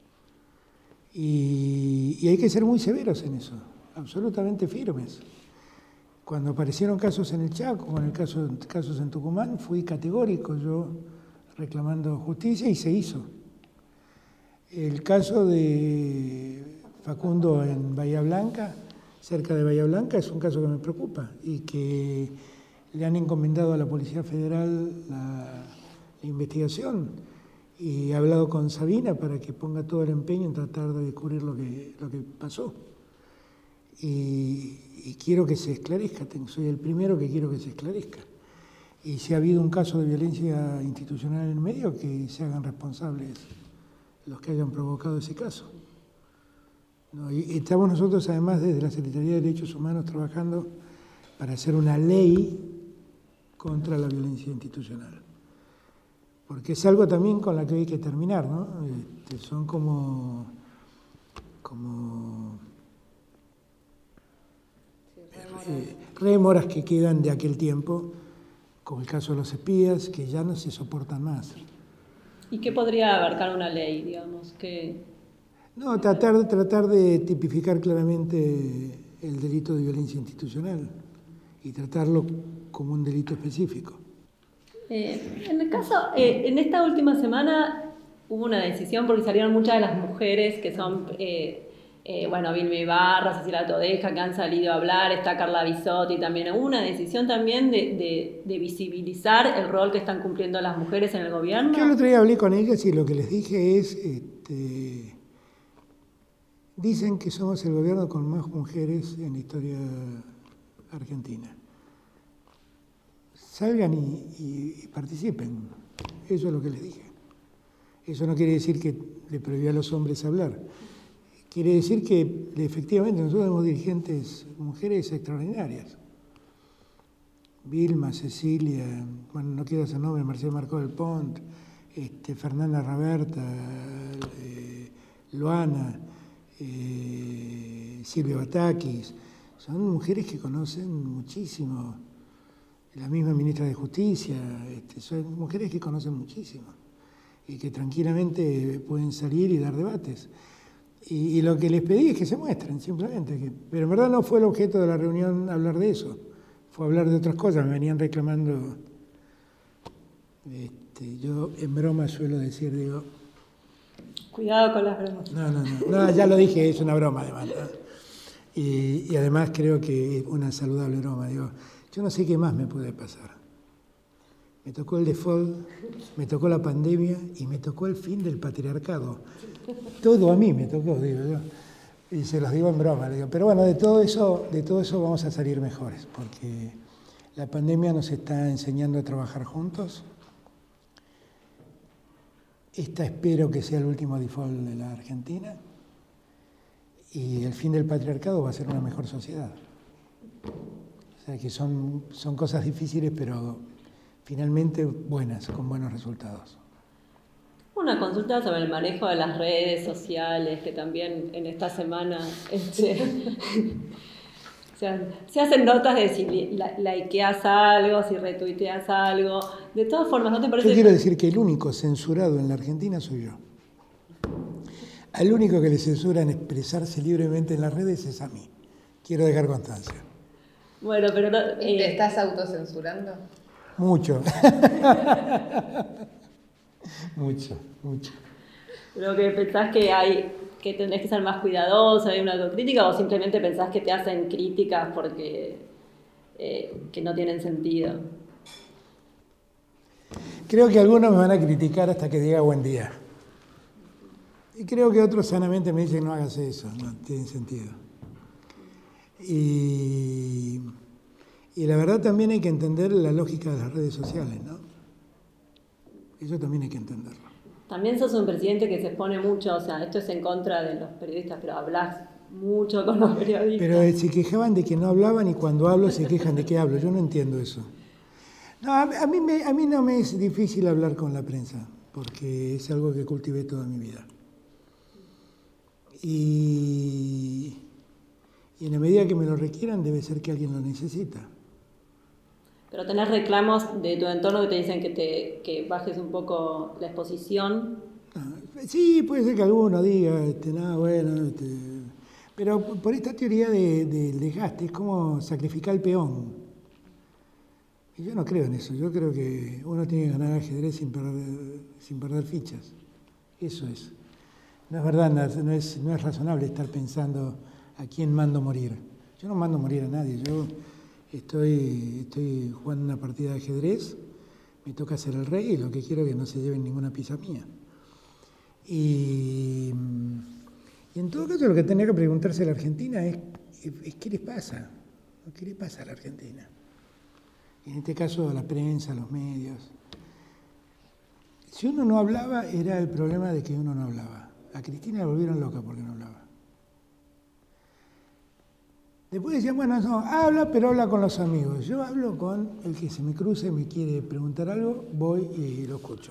Y, y hay que ser muy severos en eso, absolutamente firmes. Cuando aparecieron casos en el Chaco, con el caso, casos en Tucumán, fui categórico yo reclamando justicia y se hizo. El caso de Facundo en Bahía Blanca, cerca de Bahía Blanca, es un caso que me preocupa y que le han encomendado a la Policía Federal la, la investigación. Y he hablado con Sabina para que ponga todo el empeño en tratar de descubrir lo que, lo que pasó. Y, y quiero que se esclarezca, soy el primero que quiero que se esclarezca. Y si ha habido un caso de violencia institucional en el medio, que se hagan responsables los que hayan provocado ese caso. ¿No? Y estamos nosotros, además, desde la Secretaría de Derechos Humanos trabajando para hacer una ley contra la violencia institucional. Porque es algo también con la que hay que terminar, ¿no? Este, son como, como eh, rémoras que quedan de aquel tiempo, como el caso de los espías, que ya no se soportan más. ¿Y qué podría abarcar una ley, digamos? Que... No, tratar, tratar de tipificar claramente el delito de violencia institucional y tratarlo como un delito específico. Eh, en el caso, eh, en esta última semana hubo una decisión porque salieron muchas de las mujeres que son, eh, eh, bueno, Vilma Ibarra, Cecilia Todeja, que han salido a hablar, está Carla Bisotti también. Hubo una decisión también de, de, de visibilizar el rol que están cumpliendo las mujeres en el gobierno. Yo el otro día hablé con ellas y lo que les dije es, este, dicen que somos el gobierno con más mujeres en la historia argentina. Salgan y, y, y participen. Eso es lo que les dije. Eso no quiere decir que le prohibí a los hombres hablar. Quiere decir que efectivamente nosotros tenemos dirigentes, mujeres extraordinarias. Vilma, Cecilia, bueno, no quiero hacer nombre, Marcela Marcó del Pont, este, Fernanda Raberta, eh, Luana, eh, Silvia Batakis. Son mujeres que conocen muchísimo. La misma ministra de Justicia, este, son mujeres que conocen muchísimo y que tranquilamente pueden salir y dar debates. Y, y lo que les pedí es que se muestren, simplemente. Que, pero en verdad no fue el objeto de la reunión hablar de eso, fue hablar de otras cosas. Me venían reclamando Este, yo en broma suelo decir, digo... Cuidado con las bromas. No, no, no, no, ya lo dije, es una broma además, ¿no? y, y además creo que es una saludable broma. Digo, yo no sé qué más me puede pasar. Me tocó el default, me tocó la pandemia y me tocó el fin del patriarcado. Todo a mí me tocó, digo yo. Y se los digo en broma. Digo. Pero bueno, de todo eso, de todo eso vamos a salir mejores, porque la pandemia nos está enseñando a trabajar juntos. Esta espero que sea el último default de la Argentina. Y el fin del patriarcado va a ser una mejor sociedad. O sea que son, son cosas difíciles, pero finalmente buenas, con buenos resultados. Una consulta sobre el manejo de las redes sociales, que también en esta semana este, se, se hacen notas de si likeas algo, si retuiteas algo. De todas formas, ¿no te parece? Yo quiero decir que el único censurado en la Argentina soy yo. Al único que le censuran expresarse libremente en las redes es a mí. Quiero dejar constancia. Bueno, pero no, ¿Y te eh, estás autocensurando? Mucho. mucho, mucho. ¿Pero que pensás que hay que tenés que ser más cuidadoso, hay una autocrítica, o simplemente pensás que te hacen críticas porque eh, que no tienen sentido? Creo que algunos me van a criticar hasta que diga buen día. Y creo que otros sanamente me dicen no hagas eso, no tiene sentido. Y, y la verdad también hay que entender la lógica de las redes sociales, ¿no? Eso también hay que entenderlo. También sos un presidente que se expone mucho, o sea, esto es en contra de los periodistas, pero hablas mucho con los periodistas. Pero se quejaban de que no hablaban y cuando hablo se quejan de que hablo. Yo no entiendo eso. No, a, a, mí me, a mí no me es difícil hablar con la prensa, porque es algo que cultivé toda mi vida. Y, y en la medida que me lo requieran debe ser que alguien lo necesita. Pero tenés reclamos de tu entorno que te dicen que, te, que bajes un poco la exposición. Ah, sí, puede ser que alguno diga, este, nada, bueno, este, pero por esta teoría de, del desgaste, es como sacrificar al peón. Y yo no creo en eso, yo creo que uno tiene que ganar ajedrez sin perder, sin perder fichas. Eso es. No es verdad, no es, no es razonable estar pensando a quién mando morir. Yo no mando morir a nadie, yo estoy, estoy jugando una partida de ajedrez, me toca ser el rey y lo que quiero es que no se lleven ninguna pieza mía. Y, y en todo caso lo que tenía que preguntarse a la Argentina es, es ¿qué les pasa? ¿Qué le pasa a la Argentina? Y en este caso a la prensa, a los medios. Si uno no hablaba, era el problema de que uno no hablaba. A Cristina la volvieron loca porque no hablaba. Después decían, bueno, no, habla, pero habla con los amigos. Yo hablo con el que se me cruce y me quiere preguntar algo, voy y lo escucho.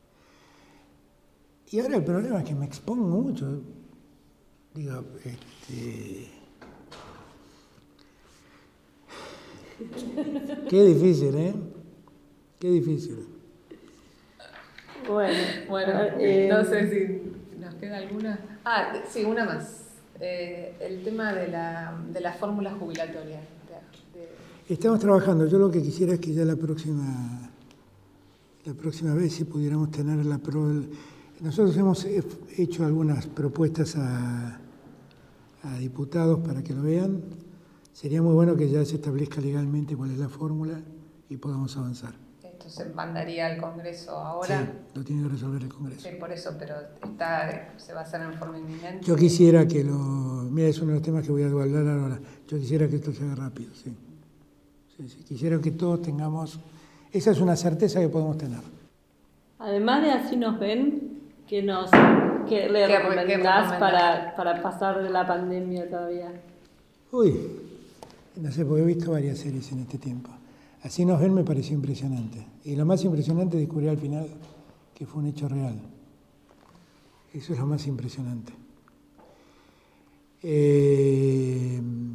Y ahora el problema es que me expongo mucho. Digo, este... Qué difícil, ¿eh? Qué difícil. Bueno, Bueno, eh, no sé si nos queda alguna. Ah, sí, una más. Eh, el tema de la, de la fórmula jubilatoria. De, de... Estamos trabajando. Yo lo que quisiera es que ya la próxima, la próxima vez si pudiéramos tener la pro... Nosotros hemos hecho algunas propuestas a, a diputados para que lo vean. Sería muy bueno que ya se establezca legalmente cuál es la fórmula y podamos avanzar. Esto se mandaría al Congreso ahora. Sí, lo tiene que resolver el Congreso. Sí, por eso, pero está, se va a hacer en forma inminente. Yo quisiera que lo... Mira, es uno de los temas que voy a hablar ahora. Yo quisiera que esto se haga rápido, sí. Sí, sí. Quisiera que todos tengamos... Esa es una certeza que podemos tener. Además de Así nos ven, ¿qué, nos, qué le ¿Qué- recomendás qué recomendás? para, para pasar de la pandemia todavía? Uy, no sé, porque he visto varias series en este tiempo. Así nos ven me pareció impresionante. Y lo más impresionante es descubrir al final que fue un hecho real. Eso es lo más impresionante. Eh,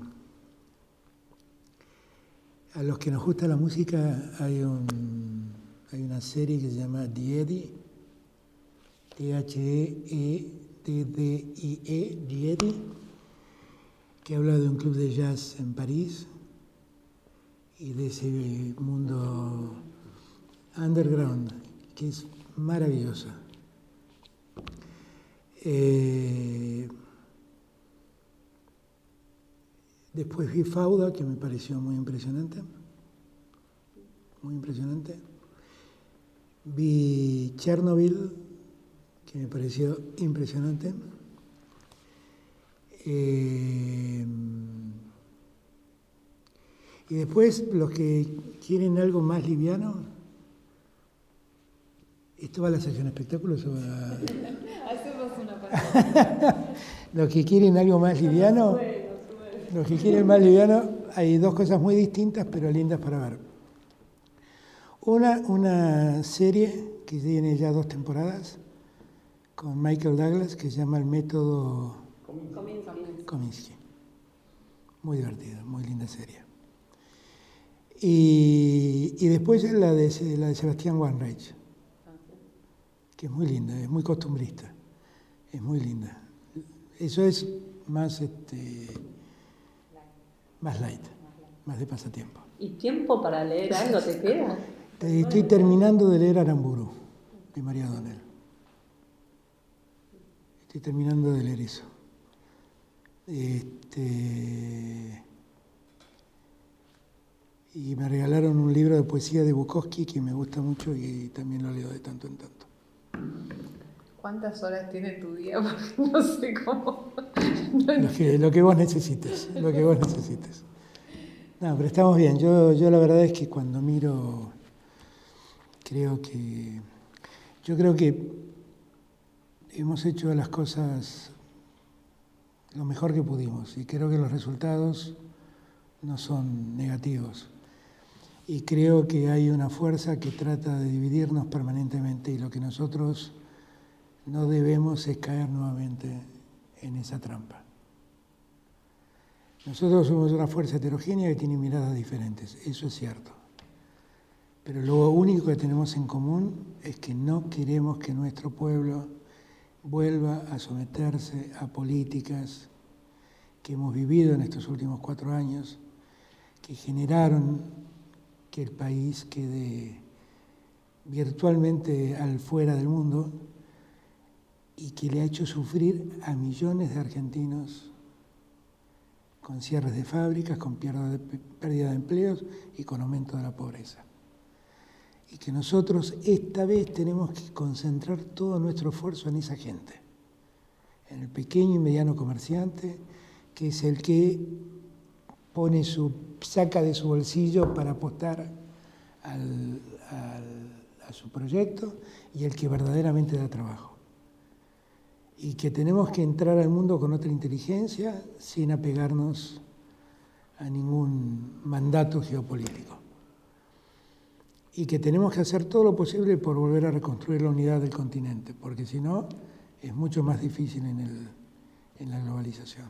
a los que nos gusta la música hay, un, hay una serie que se llama The Eddy, T H E D D I E, The Eddy, que habla de un club de jazz en París y de ese mundo underground que es maravillosa. Eh, después vi Fauda, que me pareció muy impresionante. Muy impresionante. Vi Chernobyl, que me pareció impresionante. Eh, y después, los que quieren algo más liviano, ¿esto va a la sección de espectáculos o va? Hacemos una pasada. Los que quieren algo más liviano, No sube, no sube. los que quieren más liviano, hay dos cosas muy distintas, pero lindas para ver. Una, una serie que tiene ya dos temporadas, con Michael Douglas, que se llama El Método Kominsky. Kominsky. Muy divertida, muy linda serie. Y, y después la de, la de Sebastián Wanreich, que es muy linda, es muy costumbrista, es muy linda. Eso es más, este, más light, más de pasatiempo. ¿Y tiempo para leer algo te queda? Estoy terminando de leer Aramburu, de María Donel. Estoy terminando de leer eso. Este, y me regalaron un libro de poesía de Bukowski que me gusta mucho y también lo leo de tanto en tanto. ¿Cuántas horas tiene tu día? Porque no sé cómo. Lo que, lo que vos necesites, lo que vos necesites. No, pero estamos bien. Yo, yo la verdad es que cuando miro, creo que, yo creo que hemos hecho las cosas lo mejor que pudimos y creo que los resultados no son negativos. Y creo que hay una fuerza que trata de dividirnos permanentemente y lo que nosotros no debemos es caer nuevamente en esa trampa. Nosotros somos una fuerza heterogénea que tiene miradas diferentes, eso es cierto. Pero lo único que tenemos en común es que no queremos que nuestro pueblo vuelva a someterse a políticas que hemos vivido en estos últimos cuatro años, que generaron que el país quede virtualmente al fuera del mundo y que le ha hecho sufrir a millones de argentinos con cierres de fábricas, con pérdida de, pérdida de empleos y con aumento de la pobreza. Y que nosotros esta vez tenemos que concentrar todo nuestro esfuerzo en esa gente, en el pequeño y mediano comerciante, que es el que pone su, saca de su bolsillo para apostar al, al, a su proyecto y el que verdaderamente da trabajo. Y que tenemos que entrar al mundo con otra inteligencia sin apegarnos a ningún mandato geopolítico. Y que tenemos que hacer todo lo posible por volver a reconstruir la unidad del continente, porque si no, es mucho más difícil en, el, en la globalización.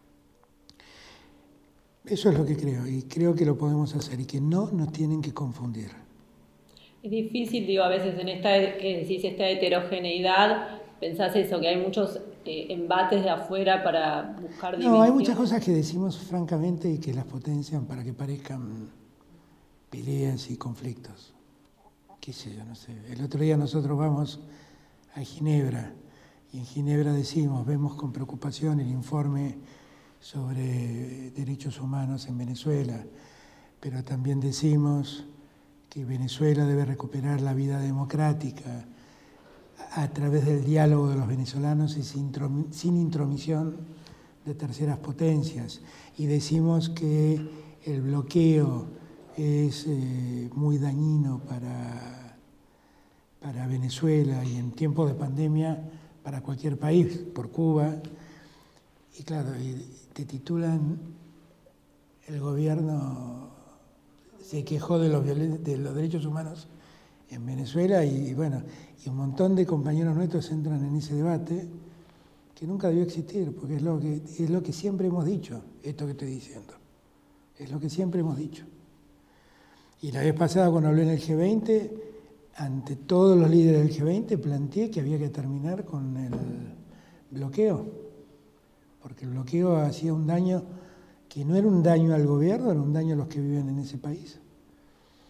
Eso es lo que creo, y creo que lo podemos hacer, y que no nos tienen que confundir. Es difícil, digo, a veces en esta, que decís, esta heterogeneidad, pensás eso, que hay muchos eh, embates de afuera para buscar divisiones. No, hay muchas cosas que decimos francamente y que las potencian para que parezcan peleas y conflictos. Qué sé yo, no sé. El otro día nosotros vamos a Ginebra y en Ginebra decimos, vemos con preocupación el informe sobre derechos humanos en Venezuela, pero también decimos que Venezuela debe recuperar la vida democrática a través del diálogo de los venezolanos y sin intromisión de terceras potencias. Y decimos que el bloqueo es eh, muy dañino para, para Venezuela y en tiempos de pandemia para cualquier país, por Cuba. Y claro, te titulan, el gobierno se quejó de los, de los derechos humanos en Venezuela y bueno, y un montón de compañeros nuestros entran en ese debate que nunca debió existir, porque es lo que, es lo que siempre hemos dicho, esto que estoy diciendo, es lo que siempre hemos dicho. Y la vez pasada cuando hablé en el G veinte, ante todos los líderes del G veinte planteé que había que terminar con el bloqueo, porque el bloqueo hacía un daño que no era un daño al gobierno, era un daño a los que viven en ese país.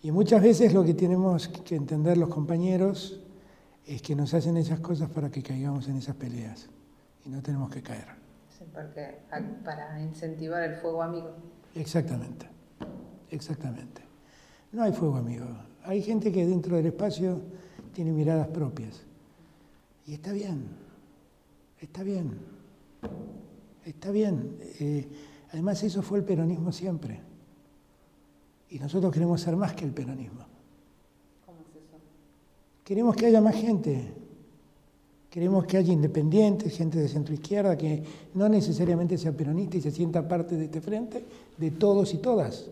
Y muchas veces lo que tenemos que entender los compañeros es que nos hacen esas cosas para que caigamos en esas peleas. Y no tenemos que caer. Sí, porque para incentivar el fuego amigo. Exactamente, exactamente. No hay fuego amigo. Hay gente que dentro del espacio tiene miradas propias. Y está bien, está bien, está bien. Eh, además eso fue el peronismo siempre. Y nosotros queremos ser más que el peronismo. ¿Cómo es eso? Queremos que haya más gente. Queremos que haya independientes, gente de centro izquierda, que no necesariamente sea peronista y se sienta parte de este frente, de todos y todas.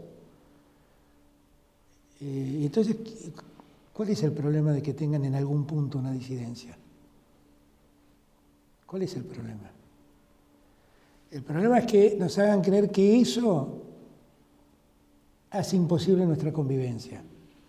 Eh, entonces, ¿cuál es el problema de que tengan en algún punto una disidencia? ¿Cuál es el problema? El problema es que nos hagan creer que eso hace imposible nuestra convivencia.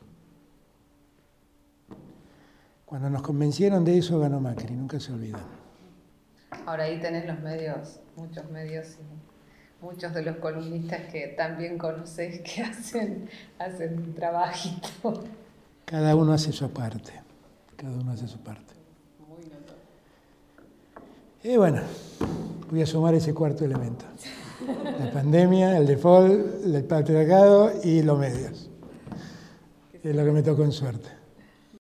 Cuando nos convencieron de eso, ganó Macri, nunca se olvidan. Ahora ahí tenés los medios, muchos medios y muchos de los columnistas que también conocés que hacen, hacen un trabajito. Cada uno hace su parte, cada uno hace su parte. Muy notorio. Y bueno, voy a sumar ese cuarto elemento. La pandemia, el default, el patriarcado y los medios. Es lo que me tocó en suerte.